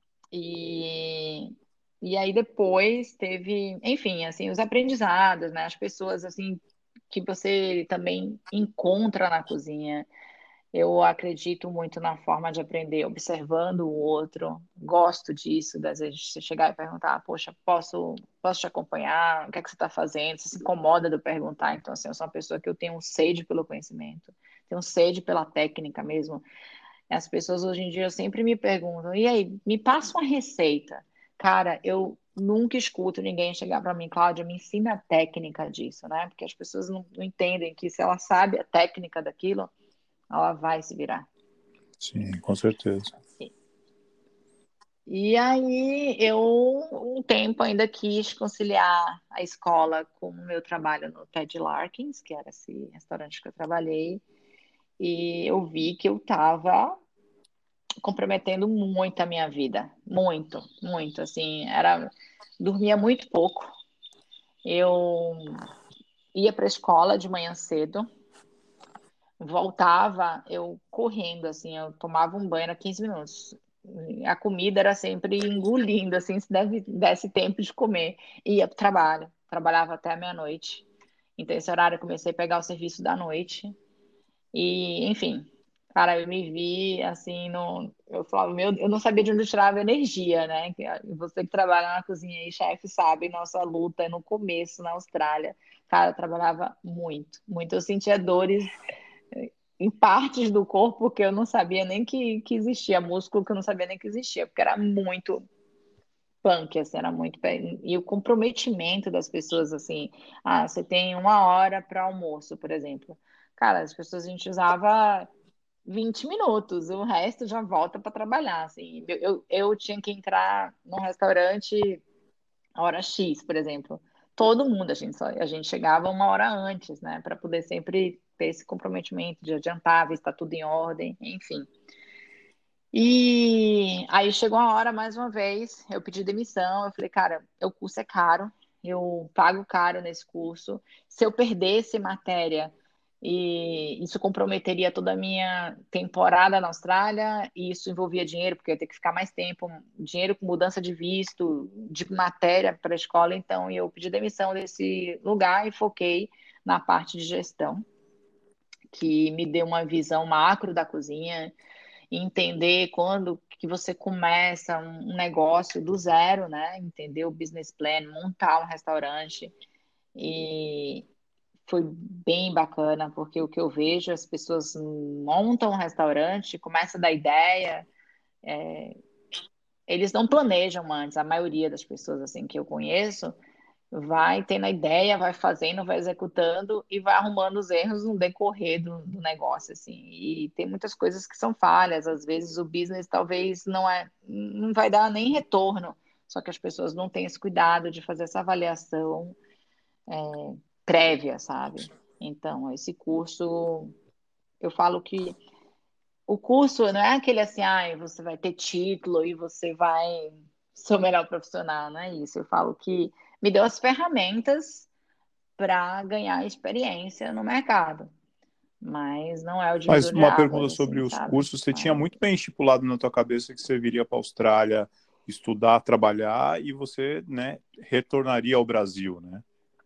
e, e aí depois teve, enfim, assim, os aprendizados, né? As pessoas, assim, que você também encontra na cozinha. Eu acredito muito na forma de aprender, observando o outro. Gosto disso, das vezes você chegar e perguntar, poxa, posso te acompanhar? O que é que você está fazendo? Você se incomoda de eu perguntar? Então, assim, eu sou uma pessoa que eu tenho sede pelo conhecimento, tenho sede pela técnica mesmo. As pessoas hoje em dia sempre me perguntam: e aí, me passa uma receita. Cara, eu nunca escuto ninguém chegar para mim, Cláudia, me ensina a técnica disso, né? Porque as pessoas não entendem que se ela sabe a técnica daquilo, ela vai se virar.
Sim, com certeza.
E aí eu, um tempo ainda quis conciliar a escola com o meu trabalho no Ted Larkins, que era esse restaurante que eu trabalhei, e eu vi que eu estava comprometendo muito a minha vida, muito, muito, assim, dormia muito pouco. Eu ia para a escola de manhã cedo, voltava eu correndo, assim, eu tomava um banho a 15 minutos. A comida era sempre engolindo, assim, se desse tempo de comer. Ia para o trabalho, trabalhava até a meia-noite. Então, esse horário eu comecei a pegar o serviço da noite. E, enfim, cara, eu me vi assim, no, eu falava, meu, eu não sabia de onde eu tirava energia, né? Você que trabalha na cozinha aí, chefe, sabe, nossa luta no começo na Austrália. Cara, eu trabalhava muito, muito. Eu sentia dores em partes do corpo que eu não sabia nem que existia, músculo que eu não sabia nem que existia, porque era muito punk, assim, era muito. E o comprometimento das pessoas, assim, você tem 1 hora para almoço, por exemplo. Cara, as pessoas a gente usava 20 minutos, o resto já volta para trabalhar, assim. Eu tinha que entrar num restaurante a hora X, por exemplo. Todo mundo, a gente chegava 1 hora antes, né, para poder sempre ter esse comprometimento de adiantar, ver se está tudo em ordem, enfim. E aí chegou a hora, mais uma vez, eu pedi demissão, eu falei, cara, o curso é caro, eu pago caro nesse curso. Se eu perdesse matéria, e isso comprometeria toda a minha temporada na Austrália, e isso envolvia dinheiro, porque eu ia ter que ficar mais tempo, dinheiro com mudança de visto, de matéria para a escola, então eu pedi demissão desse lugar e foquei na parte de gestão, que me deu uma visão macro da cozinha, entender quando que você começa um negócio do zero, né? Entender o business plan, montar um restaurante. E foi bem bacana, porque o que eu vejo, as pessoas montam um restaurante, começa da ideia, eles não planejam antes, a maioria das pessoas assim que eu conheço vai tendo a ideia, vai fazendo, vai executando e vai arrumando os erros no decorrer do negócio, assim. E tem muitas coisas que são falhas, às vezes o business talvez não vai dar nem retorno, só que as pessoas não têm esse cuidado de fazer essa avaliação prévia, sabe? Então, esse curso, eu falo que o curso não é aquele assim, ah, você vai ter título e você vai ser o melhor profissional, não é isso. Eu falo que me deu as ferramentas para ganhar experiência no mercado, mas não é o
Mas
divisor de
uma
águas,
pergunta sobre
assim,
os
sabe?
cursos, você tinha muito bem estipulado na tua cabeça que você viria para a Austrália estudar, trabalhar e você, né, retornaria ao Brasil, né?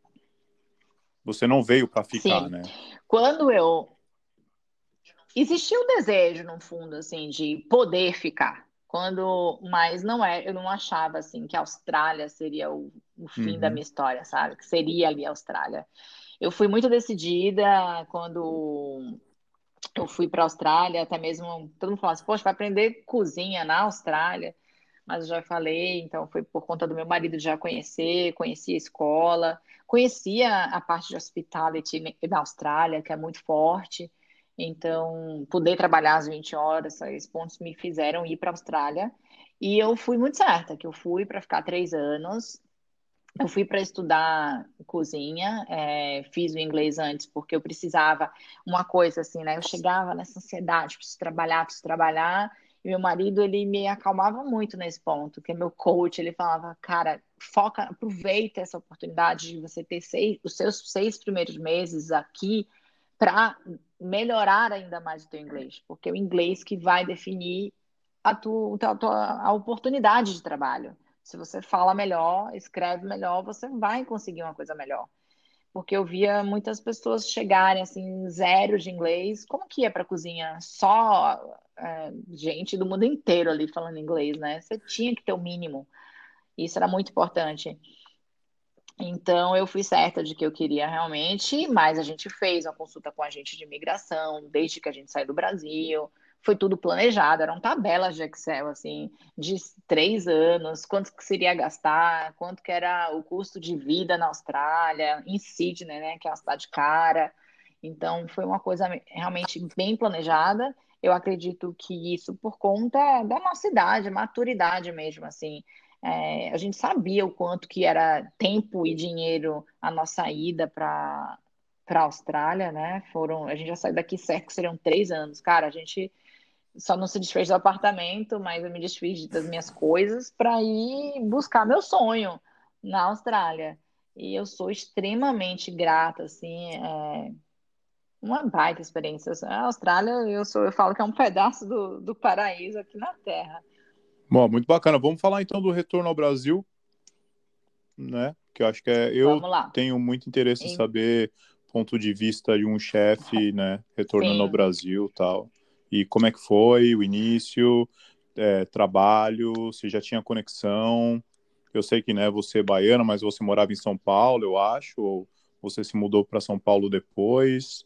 Você não veio para ficar,
Sim,
né?
quando eu existia um desejo no fundo assim de poder ficar. Mas não é, eu não achava assim que a Austrália seria o fim da minha
Uhum.
história, sabe? Que seria ali a Austrália. Eu fui muito decidida quando eu fui para a Austrália, até mesmo todo mundo falava assim, poxa, vai aprender cozinha na Austrália, mas eu já falei, então foi por conta do meu marido já conhecia a escola, conhecia a parte de hospitality na Austrália, que é muito forte, então poder trabalhar às 20 horas, esses pontos me fizeram ir para a Austrália, e eu fui muito certa, que eu fui para ficar 3 anos, eu fui para estudar cozinha, fiz o inglês antes porque eu precisava uma coisa assim, né? Eu chegava nessa ansiedade, preciso trabalhar. E meu marido, ele me acalmava muito nesse ponto, que é meu coach, ele falava, cara, foca, aproveita essa oportunidade de você ter os seus 6 primeiros meses aqui para melhorar ainda mais o teu inglês, porque é o inglês que vai definir a oportunidade de trabalho. Se você fala melhor, escreve melhor, você vai conseguir uma coisa melhor. Porque eu via muitas pessoas chegarem assim, zero de inglês. Como que ia para a cozinha? Só gente do mundo inteiro ali falando inglês, né? Você tinha que ter o mínimo. Isso era muito importante. Então, eu fui certa de que eu queria realmente, mas a gente fez uma consulta com a agente de imigração, desde que a gente saiu do Brasil. Foi tudo planejado, eram tabelas de Excel, assim, de 3 anos, quanto que seria gastar, quanto que era o custo de vida na Austrália, em Sydney, né, que é uma cidade cara. Então, foi uma coisa realmente bem planejada. Eu acredito que isso por conta da nossa idade, maturidade mesmo, assim. A gente sabia o quanto que era tempo e dinheiro a nossa ida para a Austrália, né? A gente já saiu daqui certo que seriam 3 anos. Cara, a gente só não se desfez do apartamento, mas eu me desfiz das minhas coisas para ir buscar meu sonho na Austrália. E eu sou extremamente grata, assim, uma baita experiência. A Austrália, eu falo que é um pedaço do paraíso aqui na Terra.
Bom, muito bacana. Vamos falar então do retorno ao Brasil, né? Que eu acho que eu
Vamos lá.
tenho muito interesse em
E-
saber ponto de vista de um chefe, né? Retornando ao
sim.
Brasil, tal. E como é que foi o início, trabalho, se já tinha conexão. Eu sei que, né, você é baiana, mas você morava em São Paulo, eu acho, ou você se mudou para São Paulo depois.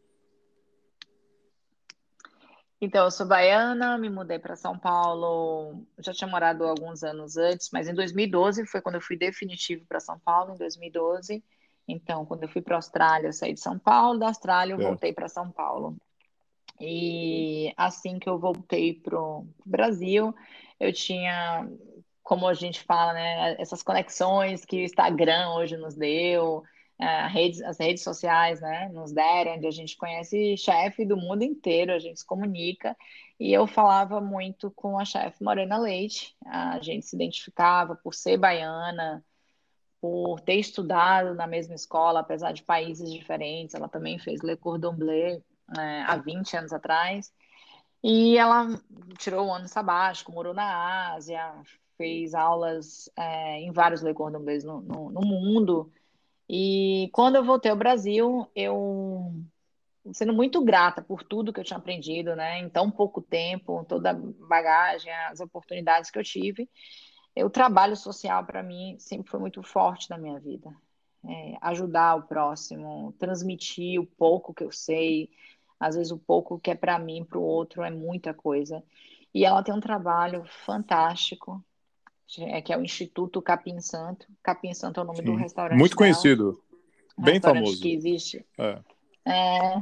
Então, eu sou baiana, me mudei para São Paulo. Já tinha morado alguns anos antes, mas em 2012 foi quando eu fui definitivo para São Paulo, em 2012. Então, quando eu fui para a Austrália, eu saí de São Paulo, da Austrália eu
Certo.
voltei para São Paulo. E assim que eu voltei para o Brasil, eu tinha, como a gente fala, né, essas conexões que o Instagram hoje nos deu, as redes sociais, né, nos deram, onde a gente conhece chefe do mundo inteiro, a gente se comunica. E eu falava muito com a chefe Morena Leite, a gente se identificava por ser baiana, por ter estudado na mesma escola, apesar de países diferentes. Ela também fez Le Cordon Bleu, há 20 anos atrás. E ela tirou um ano sabático, morou na Ásia, fez aulas em vários Le Cordon Bleus no mundo. E quando eu voltei ao Brasil, eu sendo muito grata por tudo que eu tinha aprendido, né, em tão pouco tempo, toda a bagagem, as oportunidades que eu tive. O trabalho social para mim sempre foi muito forte na minha vida. ajudar o próximo, transmitir o pouco que eu sei. Às vezes o pouco que é para mim, para o outro, é muita coisa. E ela tem um trabalho fantástico, que é o Instituto Capim Santo. Capim Santo é o nome do
Sim.
restaurante
Muito
dela.
conhecido,
Um
bem
restaurante que
famoso.
existe.
É.
É,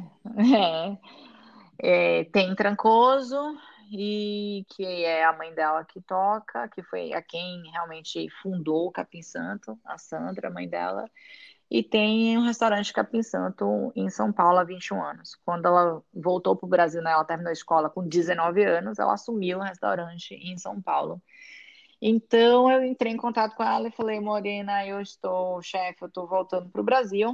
tem Trancoso, e que é a mãe dela que toca, que foi a quem realmente fundou o Capim Santo, a Sandra, a mãe dela. E tem um restaurante Capim Santo em São Paulo há 21 anos. Quando ela voltou para o Brasil, né, ela terminou a escola com 19 anos, ela assumiu o restaurante em São Paulo. Então eu entrei em contato com ela e falei, Morena, chefe, eu estou voltando para o Brasil.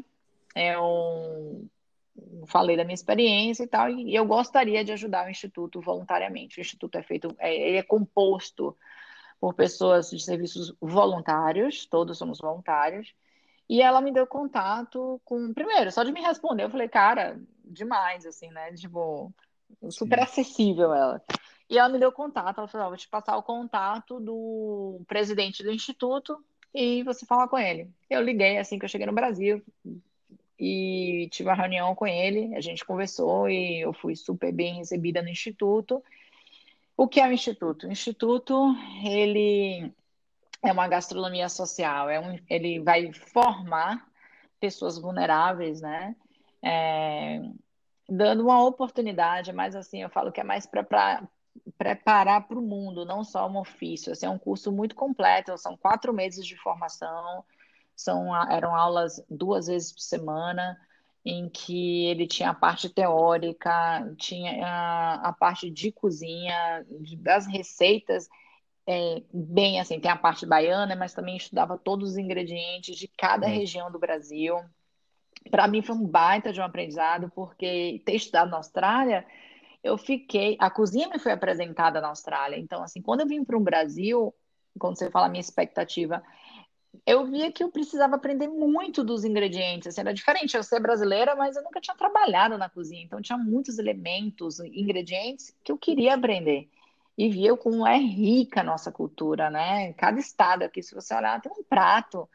Eu falei da minha experiência e tal, e eu gostaria de ajudar o Instituto voluntariamente. O Instituto ele é composto por pessoas de serviços voluntários, todos somos voluntários, e ela me deu contato com, primeiro, só de me responder, eu falei, cara, demais, assim, né? Tipo, super
Sim.
acessível ela. E ela me deu contato, ela falou, vou te passar o contato do presidente do Instituto e você fala com ele. Eu liguei assim que eu cheguei no Brasil e tive uma reunião com ele, a gente conversou e eu fui super bem recebida no Instituto. O que é o Instituto? O Instituto, ele é uma gastronomia social, ele vai formar pessoas vulneráveis, né? É, dando uma oportunidade, mas assim, eu falo que é mais para preparar para o mundo, não só um ofício. Assim, é um curso muito completo, são 4 meses de formação, eram aulas 2 vezes por semana, em que ele tinha a parte teórica, tinha a parte de cozinha, das receitas, bem assim, tem a parte baiana, mas também estudava todos os ingredientes de cada
É.
região do Brasil. Para mim foi um baita de um aprendizado, porque ter estudado na Austrália, a cozinha me foi apresentada na Austrália. Então, assim, quando eu vim para o Brasil, quando você fala a minha expectativa, eu via que eu precisava aprender muito dos ingredientes. Assim, era diferente, eu ser brasileira, mas eu nunca tinha trabalhado na cozinha. Então, tinha muitos elementos, ingredientes que eu queria aprender. E via como é rica a nossa cultura, né? Cada estado aqui, se você olhar, tem um prato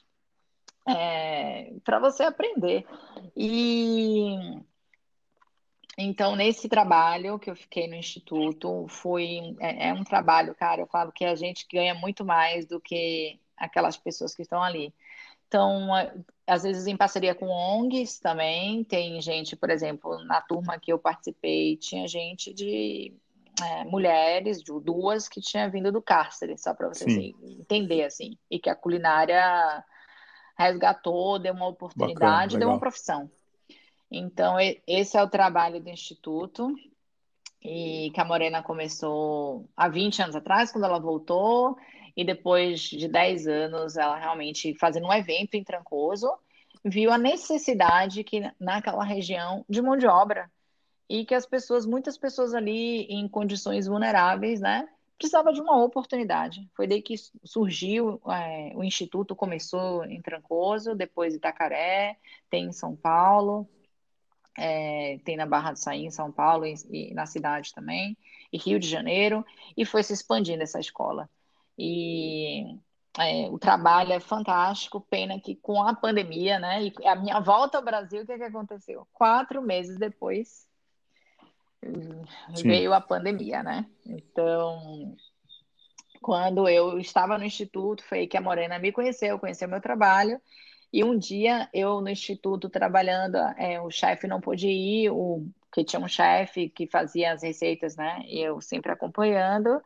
para você aprender. E então, nesse trabalho que eu fiquei no Instituto, é um trabalho, cara, eu falo que a gente ganha muito mais do que aquelas pessoas que estão ali. Então, às vezes em parceria com ONGs também, tem gente, por exemplo, na turma que eu participei, tinha gente de mulheres, de duas que tinha vindo do cárcere, só para você
Sim,
assim, entender assim, e que a culinária resgatou, deu uma
bacana,
oportunidade, deu uma
legal.
profissão. Então, esse é o trabalho do Instituto, e que a Morena começou há 20 anos atrás, quando ela voltou, e depois de 10 anos, ela realmente fazendo um evento em Trancoso, viu a necessidade que naquela região de mão de obra, e que muitas pessoas ali em condições vulneráveis, né, precisava de uma oportunidade. Foi daí que surgiu, o Instituto começou em Trancoso, depois Itacaré, tem em São Paulo, tem na Barra do Saí, em São Paulo, e na cidade também, e Rio de Janeiro, e foi se expandindo essa escola. E o trabalho é fantástico, pena que com a pandemia, né, e a minha volta ao Brasil, o que é que aconteceu? 4 meses depois
Sim,
veio a pandemia, né? Então, quando eu estava no instituto, foi aí que a Morena me conheceu, conheceu meu trabalho. E um dia eu no instituto trabalhando, o chefe não pôde ir, que tinha um chefe que fazia as receitas, né? E eu sempre acompanhando.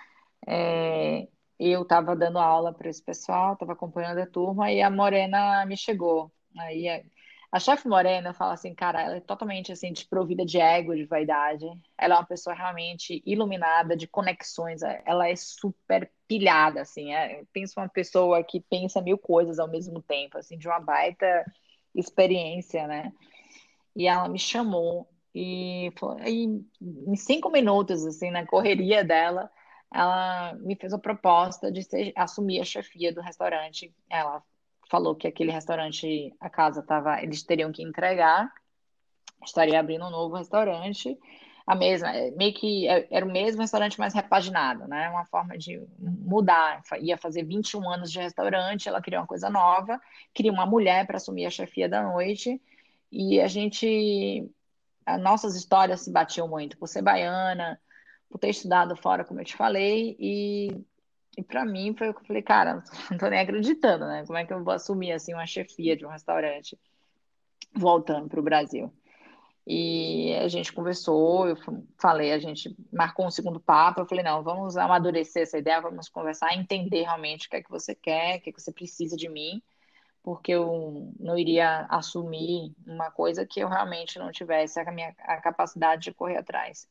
Eu estava dando aula para esse pessoal, estava acompanhando a turma e a Morena me chegou. Aí a chefe Morena fala assim, cara, ela é totalmente assim desprovida de ego, de vaidade. Ela é uma pessoa realmente iluminada de conexões. Ela é super pilhada, assim. Pensa uma pessoa que pensa mil coisas ao mesmo tempo, assim, de uma baita experiência, né? E ela me chamou e em 5 minutos, assim, na correria dela, ela me fez a proposta de assumir a chefia do restaurante. Ela falou que aquele restaurante, a casa tava, eles teriam que entregar, estaria abrindo um novo restaurante. a mesma, meio que era o mesmo restaurante mais repaginado, né? Uma forma de mudar. Ia fazer 21 anos de restaurante, ela queria uma coisa nova, queria uma mulher para assumir a chefia da noite, e as nossas histórias se batiam muito, por ser baiana, por ter estudado fora, como eu te falei, e para mim foi o que eu falei, cara, não tô nem acreditando, né? Como é que eu vou assumir assim uma chefia de um restaurante voltando para o Brasil? E a gente conversou, eu falei, a gente marcou um segundo papo, eu falei, não, vamos amadurecer essa ideia, vamos conversar, entender realmente o que é que você quer, o que é que você precisa de mim, porque eu não iria assumir uma coisa que eu realmente não tivesse a capacidade de correr atrás.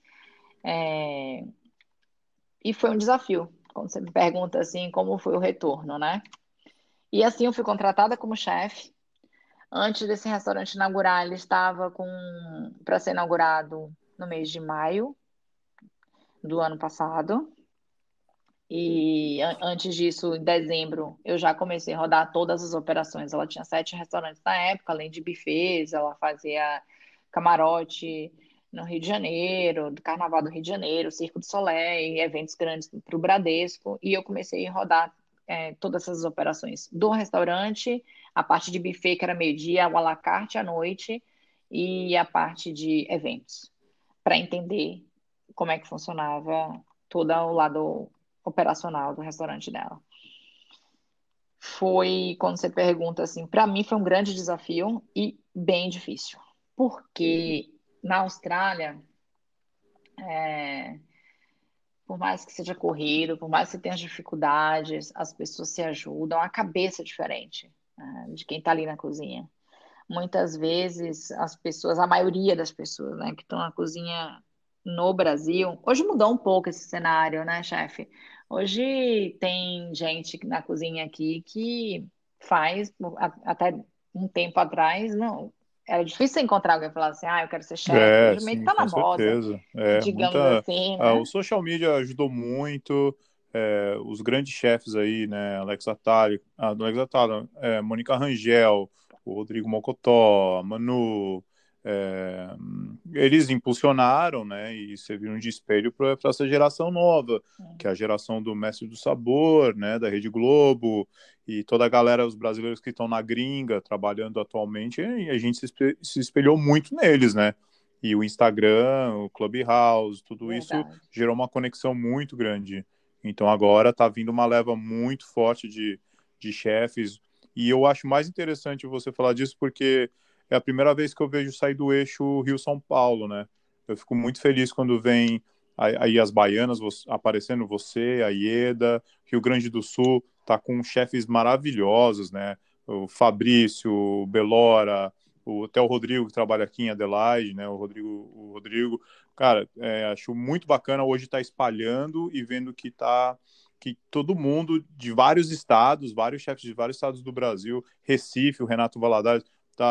E foi um desafio, quando você me pergunta assim, como foi o retorno, né? E assim eu fui contratada como chefe. Antes desse restaurante inaugurar, ele estava com para ser inaugurado no mês de maio do ano passado. E antes disso, em dezembro, eu já comecei a rodar todas as operações. Ela tinha 7 restaurantes na época, além de buffets, ela fazia camarote no Rio de Janeiro, do Carnaval do Rio de Janeiro, Circo do Soleil, eventos grandes para o Bradesco. E eu comecei a rodar todas essas operações do restaurante, a parte de buffet, que era meio-dia, o à la carte à noite, e a parte de eventos, para entender como é que funcionava todo o lado operacional do restaurante dela. Foi, quando você pergunta assim, para mim foi um grande desafio e bem difícil. Porque na Austrália, é, por mais que seja corrido, por mais que tenha dificuldades, as pessoas se ajudam, a cabeça é diferente, de quem está ali na cozinha. Muitas vezes as pessoas, a maioria das pessoas, né, que estão na cozinha no Brasil, hoje mudou um pouco esse cenário, né, chefe? Hoje tem gente na cozinha aqui que faz, até um tempo atrás, não, era difícil encontrar alguém que falasse assim, eu quero ser chefe.
É,
Hoje meio que
sim,
tá na
com
moda,
certeza.
digamos assim,
O
né?
social media ajudou muito. Os grandes chefes aí, né? Alex Atali, do Alex Atali, Mônica Rangel, o Rodrigo Mocotó, a Manu, é, eles impulsionaram, né? E serviram de espelho para essa geração nova, que é a geração do Mestre do Sabor, né? Da Rede Globo e toda a galera, os brasileiros que estão na gringa trabalhando atualmente, e a gente se espelhou muito neles, né? E o Instagram, o Clubhouse, tudo isso
Verdade.
gerou uma conexão muito grande. Então agora está vindo uma leva muito forte de chefes. E eu acho mais interessante você falar disso porque é a primeira vez que eu vejo sair do eixo Rio-São Paulo, né? Eu fico muito feliz quando vem aí as baianas aparecendo, você, a Ieda, Rio Grande do Sul tá com chefes maravilhosos, né? O Fabrício, o Belora, até o Rodrigo que trabalha aqui em Adelaide, né? O Rodrigo, cara, acho muito bacana hoje estar espalhando e vendo que todo mundo de vários estados, vários chefes de vários estados do Brasil, Recife, o Renato Valadares,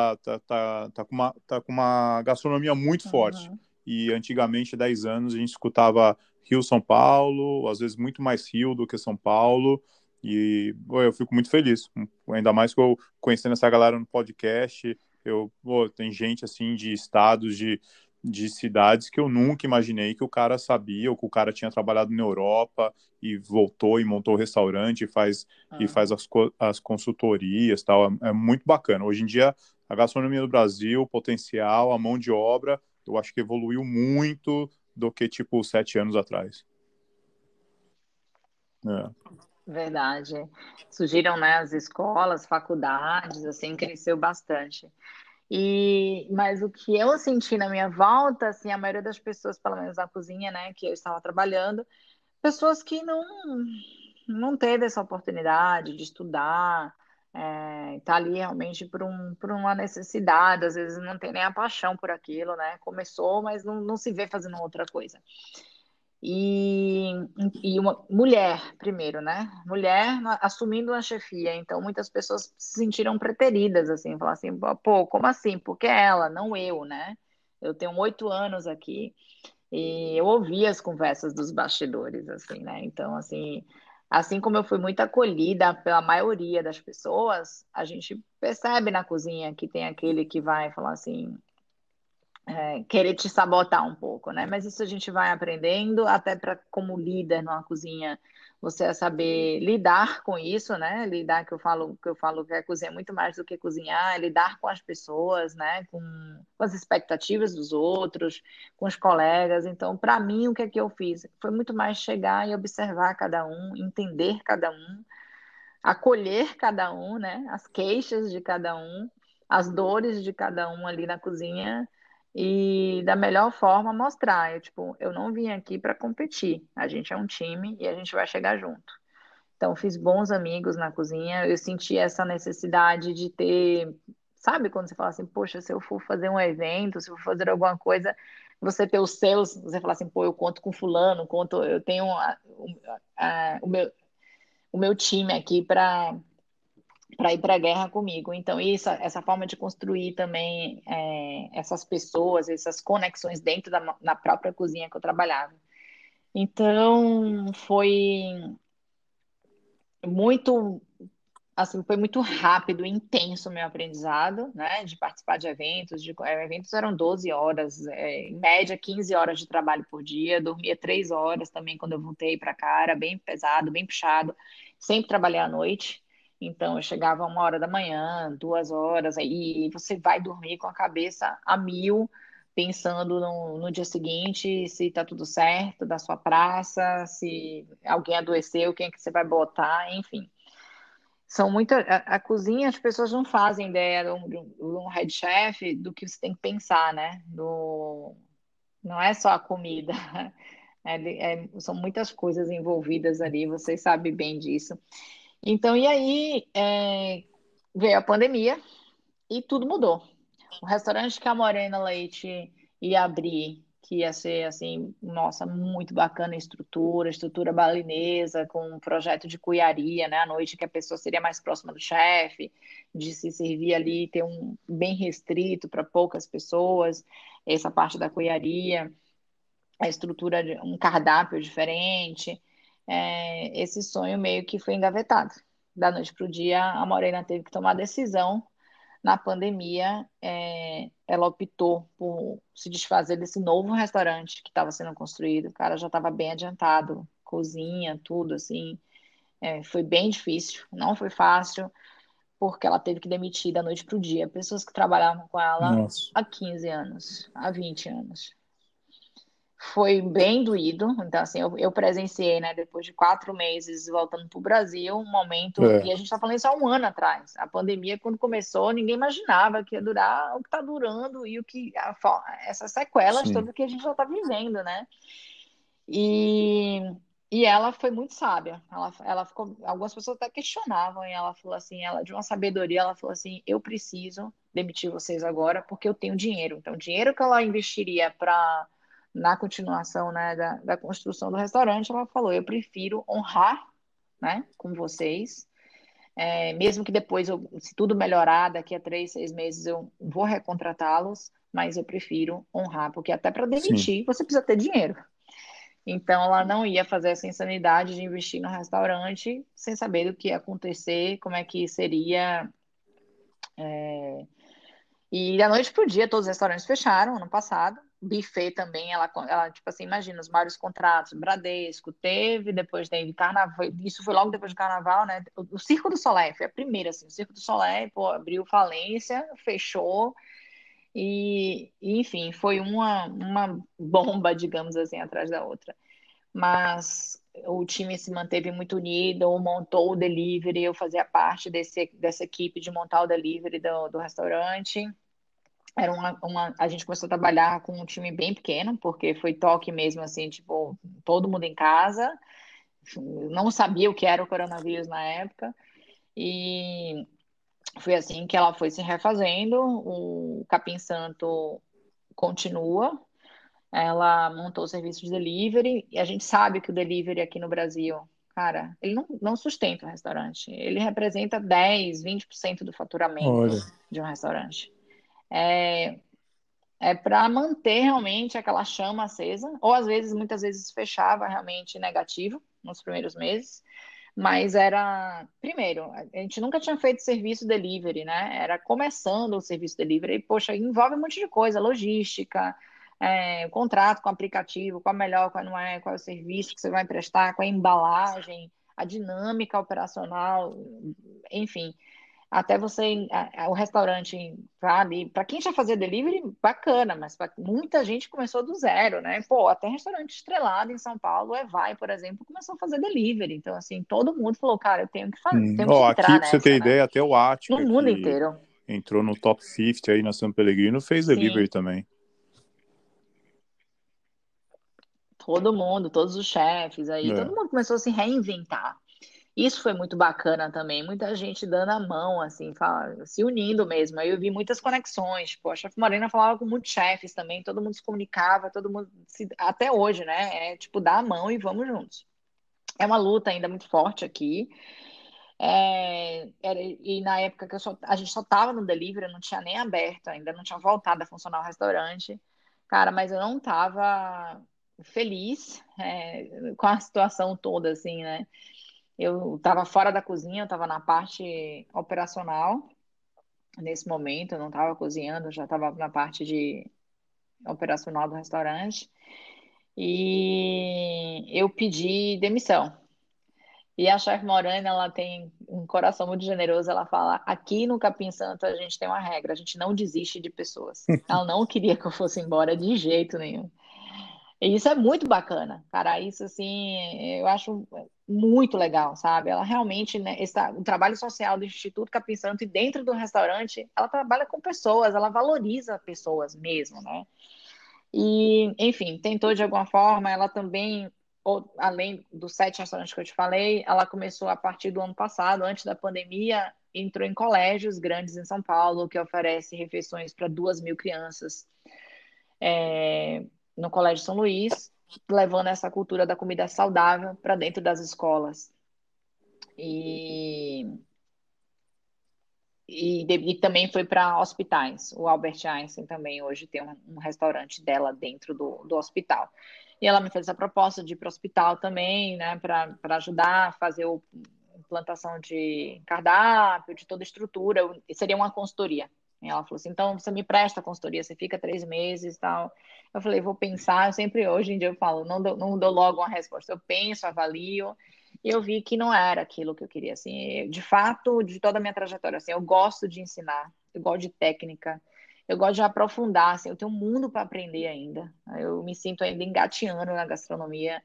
tá com uma gastronomia muito forte.
Uhum.
E antigamente, 10 anos, a gente escutava Rio-São Paulo, às vezes muito mais Rio do que São Paulo, e eu fico muito feliz, ainda mais que eu conhecendo essa galera no podcast, tem gente assim de estados, de cidades que eu nunca imaginei que o cara sabia, ou que o cara tinha trabalhado na Europa e voltou e montou o restaurante e faz
Uhum.
as consultorias, tal. É muito bacana. Hoje em dia, a gastronomia do Brasil, o potencial, a mão de obra, eu acho que evoluiu muito do que, tipo, 7 anos atrás. É.
Verdade. Surgiram, né, as escolas, faculdades, assim, cresceu bastante. Mas o que eu senti na minha volta, assim, a maioria das pessoas, pelo menos na cozinha, né, que eu estava trabalhando, pessoas que não teve essa oportunidade de estudar, tá ali realmente por uma necessidade, às vezes não tem nem a paixão por aquilo, né? Começou, mas não se vê fazendo outra coisa. E, e uma mulher, primeiro, né? Mulher assumindo uma chefia. Então, muitas pessoas se sentiram preteridas, assim, falar assim, pô, como assim? Porque ela, não eu, né? Eu tenho 8 anos aqui e eu ouvi as conversas dos bastidores, assim, né? Então, assim como eu fui muito acolhida pela maioria das pessoas, a gente percebe na cozinha que tem aquele que vai falar assim, querer te sabotar um pouco, né? Mas isso a gente vai aprendendo, até para como líder numa cozinha, você é saber lidar com isso, né? Lidar que eu falo que é cozinhar muito mais do que cozinhar, é lidar com as pessoas, né? Com as expectativas dos outros, com os colegas. Então, para mim, o que é que eu fiz? Foi muito mais chegar e observar cada um, entender cada um, acolher cada um, né? As queixas de cada um, as dores de cada um ali na cozinha e da melhor forma mostrar. Eu não vim aqui para competir. A gente é um time e a gente vai chegar junto. Então, fiz bons amigos na cozinha. Eu senti essa necessidade de ter, sabe, quando você fala assim, poxa, se eu for fazer um evento, se eu for fazer alguma coisa, você ter os seus, você fala assim, pô, eu conto com fulano, eu tenho o meu time aqui para ir para a guerra comigo. Então, essa forma de construir também essas pessoas, essas conexões dentro na própria cozinha que eu trabalhava. Então, muito, foi muito rápido, intenso o meu aprendizado, né? De participar de eventos. Eventos eram 12 horas, em média 15 horas de trabalho por dia. Dormia 3 horas também quando eu voltei para cá. Era bem pesado, bem puxado. Sempre trabalhei à noite. Então, eu chegava 1 hora da manhã, 2 horas, aí você vai dormir com a cabeça a mil, pensando no dia seguinte, se está tudo certo da sua praça, se alguém adoeceu, quem é que você vai botar, enfim. São muitas. A cozinha, as pessoas não fazem ideia de um head chef do que você tem que pensar, né? Não é só a comida. São muitas coisas envolvidas ali, vocês sabem bem disso. Então, e aí veio a pandemia e tudo mudou. O restaurante que a Morena Leite ia abrir, que ia ser assim, nossa, muito bacana a estrutura balinesa, com um projeto de cuiaria, né? À noite que a pessoa seria mais próxima do chefe, de se servir ali, ter um bem restrito para poucas pessoas, essa parte da cuiaria, a estrutura de um cardápio diferente. Esse sonho meio que foi engavetado. Da noite para o dia, a Morena teve que tomar a decisão na pandemia, ela optou por se desfazer desse novo restaurante que estava sendo construído. O cara já estava bem adiantado, cozinha, tudo assim. Foi bem difícil, não foi fácil, porque ela teve que demitir da noite para o dia pessoas que trabalhavam com ela
Nossa.
há 15 anos, há 20 anos. Foi bem doído, então assim, eu presenciei, né, depois de 4 meses voltando para o Brasil, um momento, e
É,
a gente está falando isso há um ano atrás. A pandemia, quando começou, ninguém imaginava que ia durar o que está durando e essas sequelas
sim.
todas que a gente já está vivendo, né? E, e ela foi muito sábia. Ela ficou, algumas pessoas até questionavam, e ela falou assim, ela de uma sabedoria, ela falou assim, eu preciso demitir vocês agora porque eu tenho dinheiro. Então, o dinheiro que ela investiria para na continuação, né, da construção do restaurante, ela falou, eu prefiro honrar, né, com vocês, mesmo que depois, se tudo melhorar, daqui a 3, 6 meses eu vou recontratá-los, mas eu prefiro honrar, porque até para
Sim.
demitir você precisa ter dinheiro. Então, ela não ia fazer essa insanidade de investir no restaurante sem saber do que ia acontecer, como é que seria. E da noite pro dia, todos os restaurantes fecharam ano passado. Buffet também, ela tipo assim, imagina, os maiores contratos, Bradesco, depois teve Carnaval, isso foi logo depois do Carnaval, né? O Circo do Soleil foi a primeira, assim, o Circo do Soleil, pô, abriu falência, fechou, enfim, foi uma bomba, digamos assim, atrás da outra. Mas o time se manteve muito unido, montou o delivery, eu fazia parte dessa equipe de montar o delivery do restaurante. A gente começou a trabalhar com um time bem pequeno, porque foi toque mesmo, assim, tipo, todo mundo em casa, não sabia o que era o coronavírus na época, e foi assim que ela foi se refazendo. O Capim Santo continua, ela montou o serviço de delivery, e a gente sabe que o delivery aqui no Brasil, cara, ele não sustenta o restaurante. Ele representa 10, 20% do faturamento
Olha,
de um restaurante. É para manter realmente aquela chama acesa, ou às vezes, muitas vezes fechava realmente negativo nos primeiros meses, Mas era, primeiro, a gente nunca tinha feito serviço delivery, né? Era começando o serviço delivery, e, poxa, envolve um monte de coisa, logística, contrato com o aplicativo, qual é melhor, qual não é, qual é o serviço que você vai prestar, qual é a embalagem, a dinâmica operacional, enfim. Até você, o restaurante tá ali. Para quem já fazia delivery, bacana, mas para muita gente começou do zero, né? Pô, até restaurante estrelado em São Paulo, Vai, por exemplo, começou a fazer delivery. Então, assim, todo mundo falou, cara, eu tenho que fazer, tenho que
Ó,
entrar
aqui, pra você ter
nessa, né?
ideia, até o
No
Atica,
mundo
que
inteiro.
entrou no top 50 aí na São Pellegrino, fez delivery
Sim,
também.
todo mundo, todos os chefes aí, todo
É.
mundo começou a se reinventar. Isso foi muito bacana também, muita gente dando a mão, assim, se unindo mesmo. Aí eu vi muitas conexões, tipo, a chefe Morena falava com muitos chefes também, todo mundo se comunicava, todo mundo, até hoje, né? É tipo, dar a mão e vamos juntos. É uma luta ainda muito forte aqui. E na época que a gente só tava no delivery, não tinha nem aberto ainda, não tinha voltado a funcionar o restaurante. Cara, mas eu não tava feliz, com a situação toda, assim, né? Eu estava fora da cozinha, eu estava na parte operacional nesse momento, eu não estava cozinhando, eu já estava na parte de operacional do restaurante. E eu pedi demissão. E a chefe Morana, ela tem um coração muito generoso, ela fala: aqui no Capim Santo a gente tem uma regra, a gente não desiste de pessoas. Ela não queria que eu fosse embora de jeito nenhum. E isso é muito bacana, cara. Isso, assim, eu acho muito legal, sabe? Ela realmente, né, o trabalho social do Instituto Capim Santo e dentro do restaurante, ela trabalha com pessoas, ela valoriza pessoas mesmo, né? E, enfim, tentou de alguma forma, ela também, além dos 7 restaurantes que eu te falei, ela começou a partir do ano passado, antes da pandemia, entrou em colégios grandes em São Paulo, que oferece refeições para 2.000 crianças no Colégio São Luís, levando essa cultura da comida saudável para dentro das escolas. E, e também foi para hospitais. O Albert Einstein também hoje tem um restaurante dela dentro do hospital. E ela me fez a proposta de ir para o hospital também, né, para ajudar a fazer implantação de cardápio, de toda a estrutura. Seria uma consultoria. E ela falou assim: então você me presta a consultoria, você fica 3 meses e tal. Eu falei: vou pensar. Eu sempre, hoje em dia, eu falo: não dou logo uma resposta. Eu penso, avalio. E eu vi que não era aquilo que eu queria. Assim, de fato, de toda a minha trajetória, assim, eu gosto de ensinar, eu gosto de técnica, eu gosto de aprofundar. Assim, eu tenho um mundo para aprender ainda. Eu me sinto ainda engateando na gastronomia.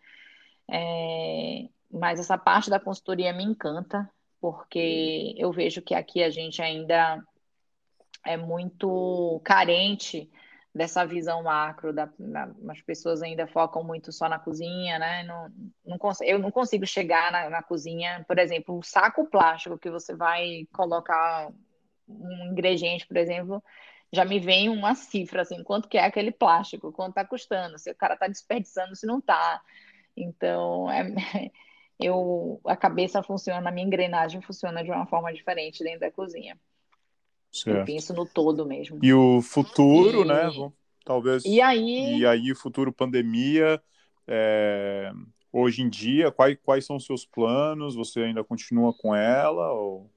Mas essa parte da consultoria me encanta, porque eu vejo que aqui a gente ainda é muito carente dessa visão macro, as pessoas ainda focam muito só na cozinha, né? Eu não consigo chegar na cozinha, por exemplo, um saco plástico que você vai colocar um ingrediente, por exemplo, já me vem uma cifra, assim, quanto que é aquele plástico, quanto está custando, se o cara está desperdiçando, se não está. Então, a cabeça funciona, a minha engrenagem funciona de uma forma diferente dentro da cozinha. Eu
Certo.
penso no todo mesmo.
E o futuro, né?
E, e
Talvez. E
aí,
aí, futuro pandemia. é, Hoje em dia, quais são os seus planos? Você ainda continua com ela? Ou...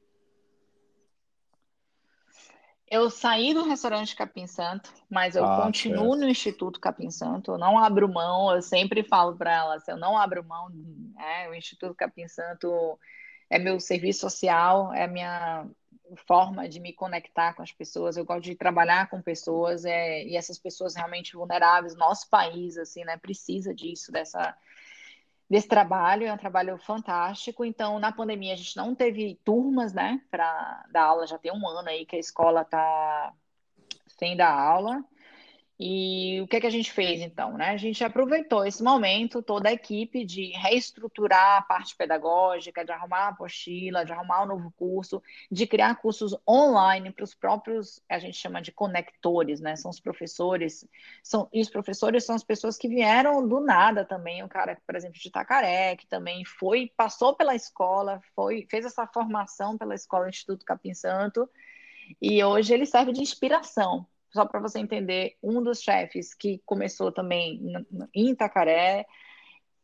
eu saí do restaurante Capim Santo, mas eu
Ah,
continuo no
certo.
Instituto Capim Santo. Eu não abro mão, eu sempre falo para ela, assim, eu não abro mão. O Instituto Capim Santo é meu serviço social, é a minha forma de me conectar com as pessoas. Eu gosto de trabalhar com pessoas, e essas pessoas realmente vulneráveis. Nosso país, assim, né, precisa disso, desse trabalho. É um trabalho fantástico. Então, na pandemia, a gente não teve turmas, né, para dar aula. Já tem um ano aí que a escola está sem dar aula. E o que é que a gente fez então, né? A gente aproveitou esse momento, toda a equipe, de reestruturar a parte pedagógica, de arrumar a apostila, de arrumar um novo curso, de criar cursos online para os próprios, a gente chama de conectores, né? São os professores, e os professores são as pessoas que vieram do nada também. O cara, por exemplo, de Itacaré, que também passou pela escola, fez essa formação pela escola Instituto Capim Santo, e hoje ele serve de inspiração. Só para você entender, um dos chefes que começou também em Itacaré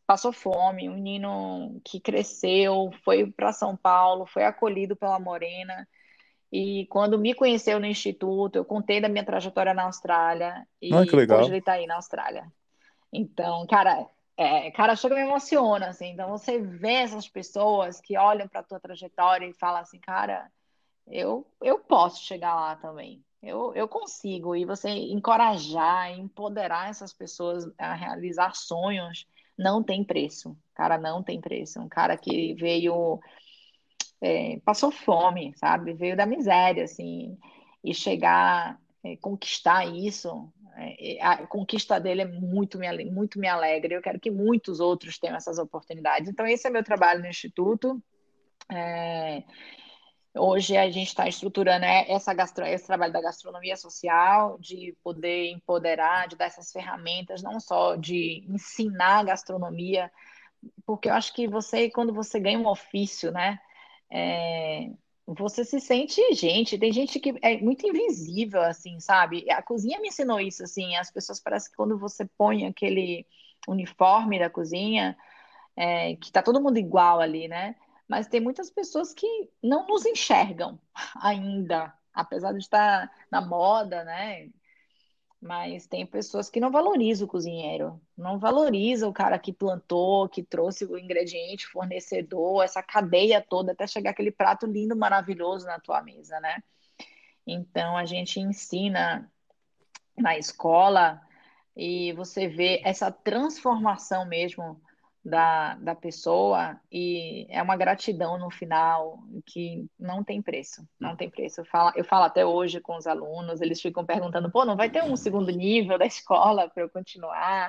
passou fome, um menino que cresceu, foi para São Paulo, foi acolhido pela Morena. E quando me conheceu no instituto, eu contei da minha trajetória na Austrália
Ah, que
e hoje
legal.
ele está aí na Austrália. Então, cara, cara, chega e me emociona, assim. Então, você vê essas pessoas que olham para a tua trajetória e falam assim, cara, eu posso chegar lá também. Eu consigo. E você encorajar, empoderar essas pessoas a realizar sonhos não tem preço. Cara, não tem preço. Um cara que veio, passou fome, sabe? Veio da miséria, assim, e chegar, conquistar isso. A conquista dele é muito me alegra. Eu quero que muitos outros tenham essas oportunidades. Então, esse é meu trabalho no Instituto. É, Hoje a gente está estruturando esse trabalho da gastronomia social, de poder empoderar, de dar essas ferramentas, não só de ensinar gastronomia, porque eu acho que quando você ganha um ofício, né, é, você se sente gente. Tem gente que é muito invisível, assim, sabe? A cozinha me ensinou isso, assim. As pessoas parecem que quando você põe aquele uniforme da cozinha que tá todo mundo igual ali, né? Mas tem muitas pessoas que não nos enxergam ainda, apesar de estar na moda, né? Mas tem pessoas que não valorizam o cozinheiro, não valorizam o cara que plantou, que trouxe o ingrediente, fornecedor, essa cadeia toda até chegar aquele prato lindo, maravilhoso na tua mesa, né? Então a gente ensina na escola e você vê essa transformação mesmo da pessoa e é uma gratidão no final que não tem preço, não tem preço. Eu falo até hoje com os alunos, eles ficam perguntando, pô, não vai ter um segundo nível da escola para eu continuar?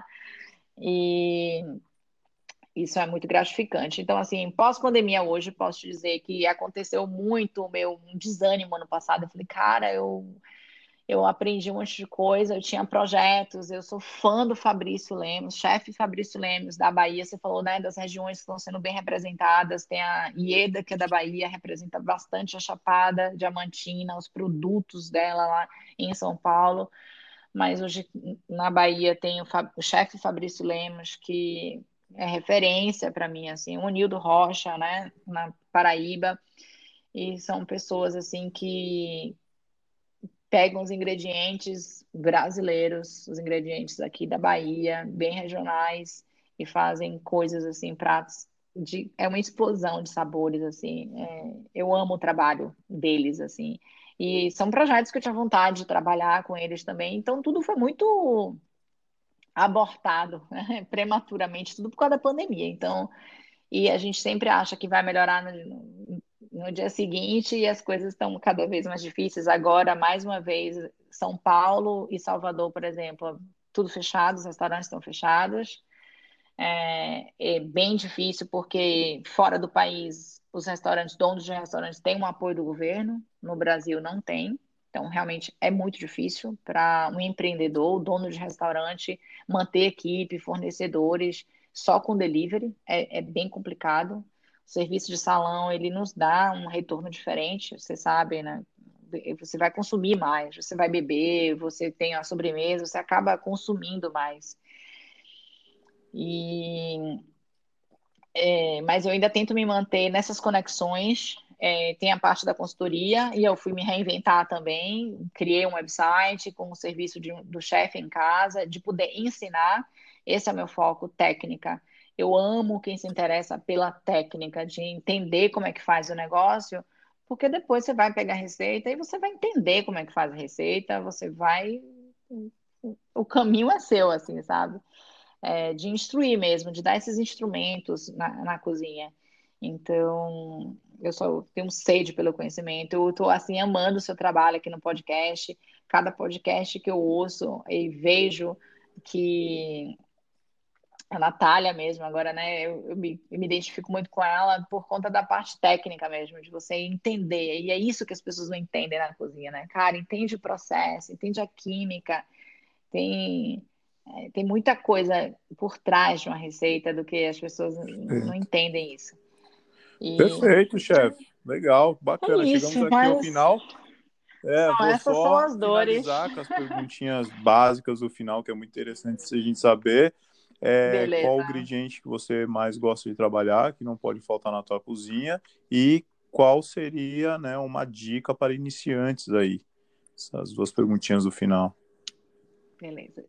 E isso é muito gratificante. Então, assim, pós-pandemia hoje, posso te dizer que aconteceu muito o meu um desânimo ano passado. Eu falei, cara, eu aprendi um monte de coisa, eu tinha projetos, eu sou fã do Fabrício Lemos, chefe Fabrício Lemos, da Bahia. Você falou, né, das regiões que estão sendo bem representadas. Tem a Ieda, que é da Bahia, representa bastante a Chapada Diamantina, os produtos dela lá em São Paulo. Mas hoje na Bahia tem o chefe Fabrício Lemos, que é referência para mim, assim, o Nildo Rocha, né, na Paraíba. E são pessoas assim que pegam os ingredientes brasileiros, os ingredientes aqui da Bahia, bem regionais, e fazem coisas assim, pratos é uma explosão de sabores assim. Eu amo o trabalho deles assim. E são projetos que eu tinha vontade de trabalhar com eles também. Então tudo foi muito abortado, né? Prematuramente, tudo por causa da pandemia. Então, e a gente sempre acha que vai melhorar no dia seguinte e as coisas estão cada vez mais difíceis. Agora, mais uma vez, São Paulo e Salvador, por exemplo, tudo fechado, os restaurantes estão fechados. É bem difícil porque fora do país, os restaurantes, donos de restaurantes têm um apoio do governo, no Brasil não tem. Então, realmente é muito difícil para um empreendedor, dono de restaurante, manter equipe, fornecedores só com delivery. É bem complicado. O serviço de salão, ele nos dá um retorno diferente, você sabe, né? Você vai consumir mais, você vai beber, você tem a sobremesa, você acaba consumindo mais. E mas eu ainda tento me manter nessas conexões. Tem a parte da consultoria e eu fui me reinventar também. Criei um website com o serviço do chefe em casa, de poder ensinar. Esse é o meu foco, técnica. Eu amo quem se interessa pela técnica, de entender como é que faz o negócio, porque depois você vai pegar a receita e você vai entender como é que faz a receita, você vai. O caminho é seu, assim, sabe? De instruir mesmo, de dar esses instrumentos na cozinha. Então, eu só tenho sede pelo conhecimento. Eu estou, assim, amando o seu trabalho aqui no podcast. Cada podcast que eu ouço e vejo que a Natália mesmo, agora, né? Eu me identifico muito com ela por conta da parte técnica mesmo, de você entender. E é isso que as pessoas não entendem na cozinha, né? Cara, entende o processo, entende a química, tem, tem muita coisa por trás de uma receita do que as pessoas não entendem isso. E
Perfeito, chefe. Legal,
é
bacana. Chegamos
isso,
aqui ao
mas
final. Vou
essas são
só
as dores.
finalizar com as perguntinhas básicas do final, que é muito interessante a gente saber. qual o
Beleza.
ingrediente que você mais gosta de trabalhar, que não pode faltar na tua cozinha, e qual seria, né, uma dica para iniciantes aí? Essas duas perguntinhas do final.
Beleza.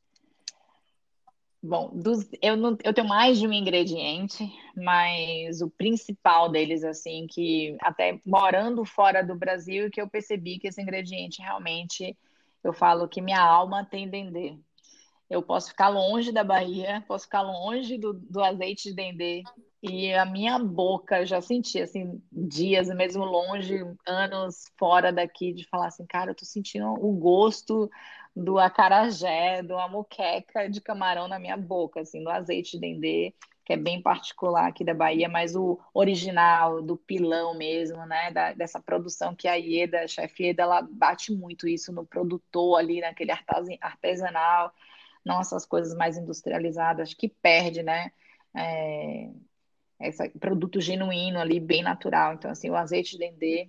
Bom, eu, não, eu tenho mais de um ingrediente, mas o principal deles, assim, que até morando fora do Brasil, que eu percebi que esse ingrediente realmente, eu falo que minha alma tem dendê. Eu posso ficar longe da Bahia, posso ficar longe do azeite de dendê, e a minha boca, eu já senti, assim, dias mesmo longe, anos fora daqui, de falar assim, cara, eu tô sentindo o gosto do acarajé, de uma moqueca de camarão na minha boca, assim, do azeite de dendê, que é bem particular aqui da Bahia, mas o original, do pilão mesmo, né, dessa produção que a Ieda, a chefe Ieda, ela bate muito isso no produtor ali, naquele artesanal, não essas coisas mais industrializadas que perde, né? É, esse produto genuíno ali, bem natural. Então, assim, o azeite de dendê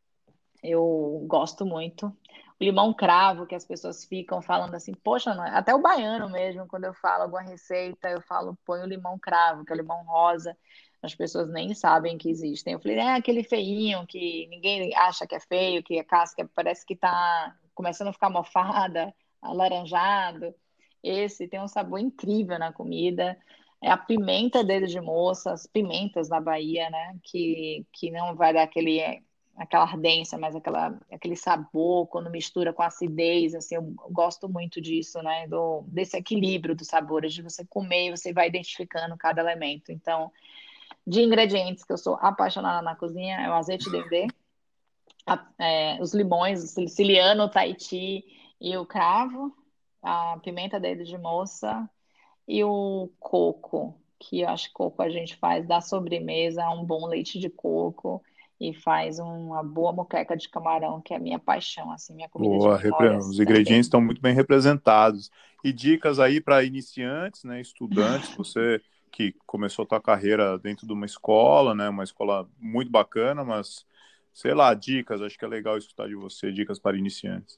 eu gosto muito. O limão cravo, que as pessoas ficam falando assim, poxa, até o baiano mesmo, quando eu falo alguma receita, eu falo, põe o limão cravo, que é o limão rosa. As pessoas nem sabem que existem. Eu falei, é aquele feinho que ninguém acha que é feio, que a casca parece que tá começando a ficar mofada, alaranjado. Esse tem um sabor incrível na comida. É a pimenta dedo de moça, as pimentas da Bahia, né? Que não vai dar aquela ardência, mas aquele sabor quando mistura com acidez, assim, eu gosto muito disso, né? Desse equilíbrio dos sabores, de você comer e você vai identificando cada elemento. Então, de ingredientes que eu sou apaixonada na cozinha, é o azeite de dendê, os limões, o siciliano, o Tahiti e o cravo, a pimenta dedo de moça e o coco, que eu acho que coco a gente faz da sobremesa, um bom leite de coco e faz uma boa moqueca de camarão, que é a minha paixão, assim, minha comida de
Boa,
memórias
os ingredientes
também.
estão muito bem representados. E dicas aí para iniciantes, né, estudantes, você que começou a tua carreira dentro de uma escola, né, uma escola muito bacana, mas sei lá, dicas, acho que é legal escutar de você, dicas para iniciantes.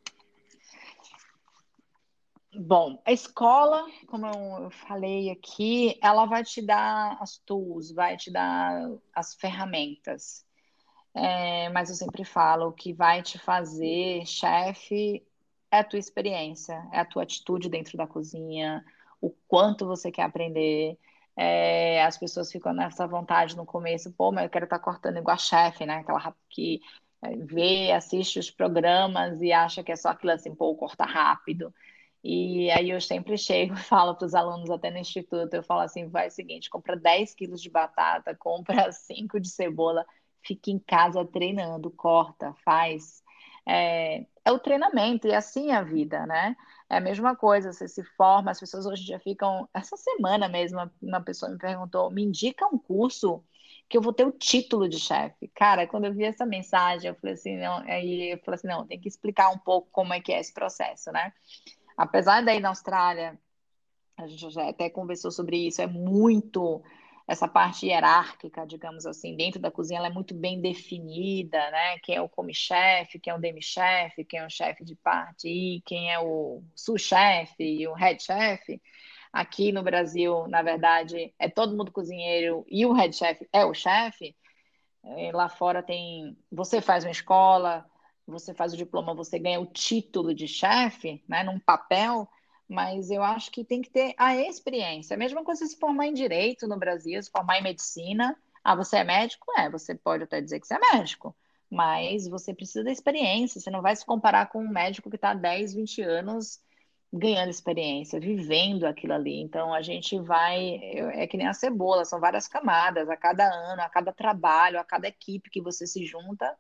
Bom, a escola, como eu falei aqui, ela vai te dar as tools, vai te dar as ferramentas. Mas eu sempre falo, o que vai te fazer chefe é a tua experiência, é a tua atitude dentro da cozinha, o quanto você quer aprender. As pessoas ficam nessa vontade no começo, pô, mas eu quero estar cortando igual a chefe, né? Aquela que vê, assiste os programas e acha que é só aquilo assim, pô, corta rápido. E aí eu sempre chego e falo para os alunos até no instituto, eu falo assim, vai o seguinte, compra 10 quilos de batata, compra 5 de cebola, fica em casa treinando, corta, faz. É o treinamento, e assim é a vida, né? É a mesma coisa, você se forma, as pessoas hoje em dia ficam. Essa semana mesmo, uma pessoa me perguntou: me indica um curso que eu vou ter o título de chefe. Cara, quando eu vi essa mensagem, eu falei assim: não, aí eu falei assim, não, tem que explicar um pouco como é que é esse processo, né? Apesar daí na Austrália a gente já até conversou sobre isso, é muito essa parte hierárquica, digamos assim, dentro da cozinha, ela é muito bem definida, né? Quem é o come-chefe, quem é o demi-chefe, quem é o chefe de parte, e quem é o sous-chefe e o head chef. Aqui no Brasil, na verdade, é todo mundo cozinheiro e o head chef é o chefe. Lá fora tem, você faz uma escola, você faz o diploma, você ganha o título de chefe, né, num papel, mas eu acho que tem que ter a experiência. A mesma coisa se formar em direito no Brasil, se formar em medicina. Ah, você é médico? Você pode até dizer que você é médico, mas você precisa da experiência. Você não vai se comparar com um médico que está há 10, 20 anos ganhando experiência, vivendo aquilo ali. Então a gente vai, é que nem a cebola, são várias camadas, a cada ano, a cada trabalho, a cada equipe que você se junta,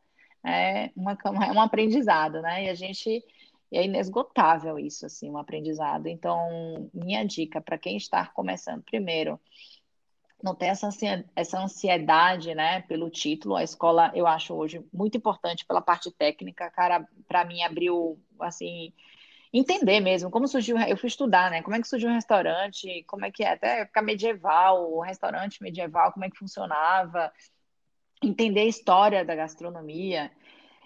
é um aprendizado, né? E a gente é inesgotável isso, assim, um aprendizado. Então, minha dica para quem está começando, primeiro, não ter essa ansiedade, né, pelo título. A escola, eu acho hoje muito importante pela parte técnica, cara, para mim abriu, assim, entender mesmo como surgiu. Eu fui estudar, né? Como é que surgiu o restaurante, como é que é, até a época medieval, o restaurante medieval, como é que funcionava, entender a história da gastronomia.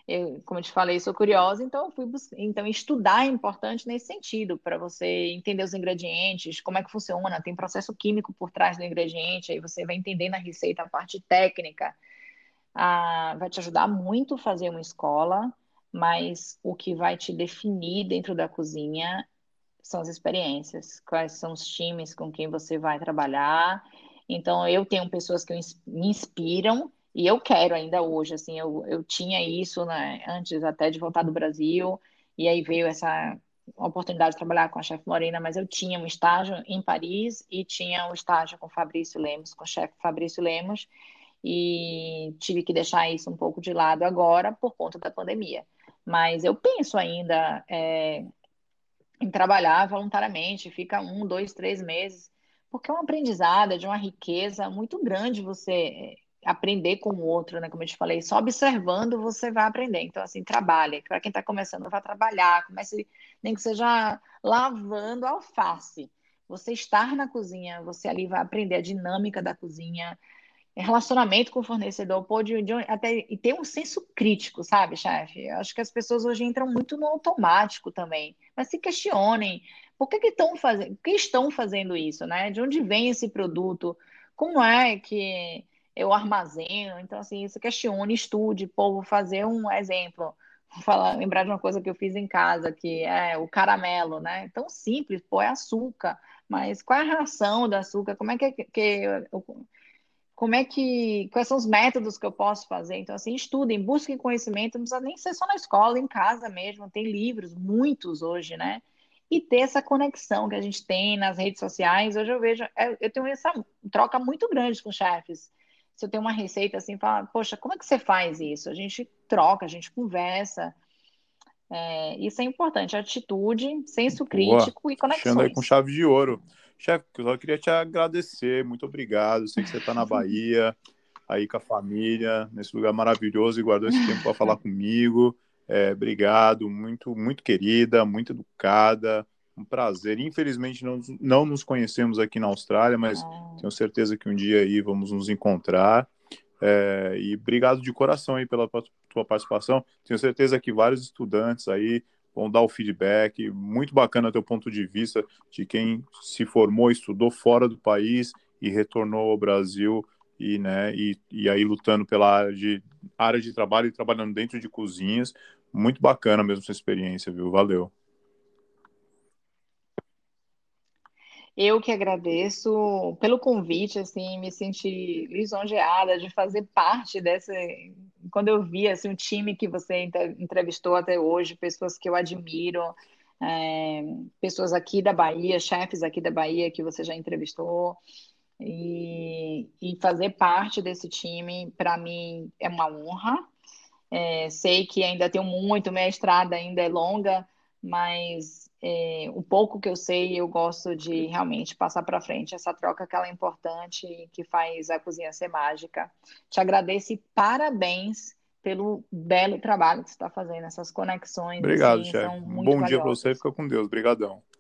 como eu te falei, sou curiosa, então eu fui então estudar é importante nesse sentido, para você entender os ingredientes, como é que funciona, tem processo químico por trás do ingrediente, aí você vai entender na receita a parte técnica. Vai te ajudar muito fazer uma escola, mas o que vai te definir dentro da cozinha são as experiências, quais são os times com quem você vai trabalhar. Então, eu tenho pessoas que me inspiram e eu quero ainda hoje, assim, eu tinha isso, né, antes até de voltar do Brasil, e aí veio essa oportunidade de trabalhar com a chefe Lorena, mas eu tinha um estágio em Paris e tinha um estágio com o Fabrício Lemos, com o chefe Fabrício Lemos, e tive que deixar isso um pouco de lado agora por conta da pandemia. Mas eu penso ainda em trabalhar voluntariamente, fica 1, 2, 3 meses, porque é um aprendizado, é de uma riqueza muito grande você aprender com o outro, né? Como eu te falei, só observando você vai aprender. Então, assim, trabalha. Para quem está começando, vai trabalhar, comece, nem que seja lavando alface. Você estar na cozinha, você ali vai aprender a dinâmica da cozinha, relacionamento com o fornecedor, pode até e ter um senso crítico, sabe, chefe? Eu acho que as pessoas hoje entram muito no automático também, mas se questionem por que estão fazendo, por que estão fazendo isso, né? De onde vem esse produto? Como é que eu armazeno? Então, assim, se questione, estude, pô, vou fazer um exemplo. Vou falar, lembrar de uma coisa que eu fiz em casa, que é o caramelo, né? Tão simples, pô, é açúcar. Mas qual é a relação do açúcar? Como é quais são os métodos que eu posso fazer? Então, assim, estudem, busquem conhecimento, não precisa nem ser só na escola, em casa mesmo, tem livros, muitos hoje, né? E ter essa conexão que a gente tem nas redes sociais. Hoje eu vejo, eu tenho essa troca muito grande com chefes. Se eu tenho uma receita assim, fala, poxa, como é que você faz isso? A gente troca, a gente conversa. Isso é importante, atitude, senso
Boa,
crítico e
fechando aí com
conexões.
chave de ouro. Chefe, eu só queria te agradecer, muito obrigado. Sei que você está na Bahia, aí com a família, nesse lugar maravilhoso e guardou esse tempo para falar comigo. Obrigado, muito, muito querida, muito educada, um prazer. Infelizmente não nos conhecemos aqui na Austrália, mas tenho certeza que um dia aí vamos nos encontrar. E obrigado de coração aí pela tua participação. Tenho certeza que vários estudantes aí vão dar o feedback. Muito bacana teu ponto de vista de quem se formou, estudou fora do país e retornou ao Brasil e aí lutando pela área de trabalho e trabalhando dentro de cozinhas. Muito bacana mesmo essa experiência, viu? Valeu.
Eu que agradeço pelo convite, assim, me senti lisonjeada de fazer parte dessa. Quando eu vi assim, o time que você entrevistou até hoje, pessoas que eu admiro, é, pessoas aqui da Bahia, chefes aqui da Bahia que você já entrevistou, e fazer parte desse time, para mim, é uma honra. Sei que ainda tenho muito, minha estrada ainda é longa, mas o pouco que eu sei, eu gosto de realmente passar para frente essa troca que ela é importante e que faz a cozinha ser mágica. Te agradeço e parabéns pelo belo trabalho que você está fazendo. Essas conexões,
Obrigado,
assim,
chefe.
são
Um
muito
bom dia para você e
valiosas.
fica com Deus. Obrigadão.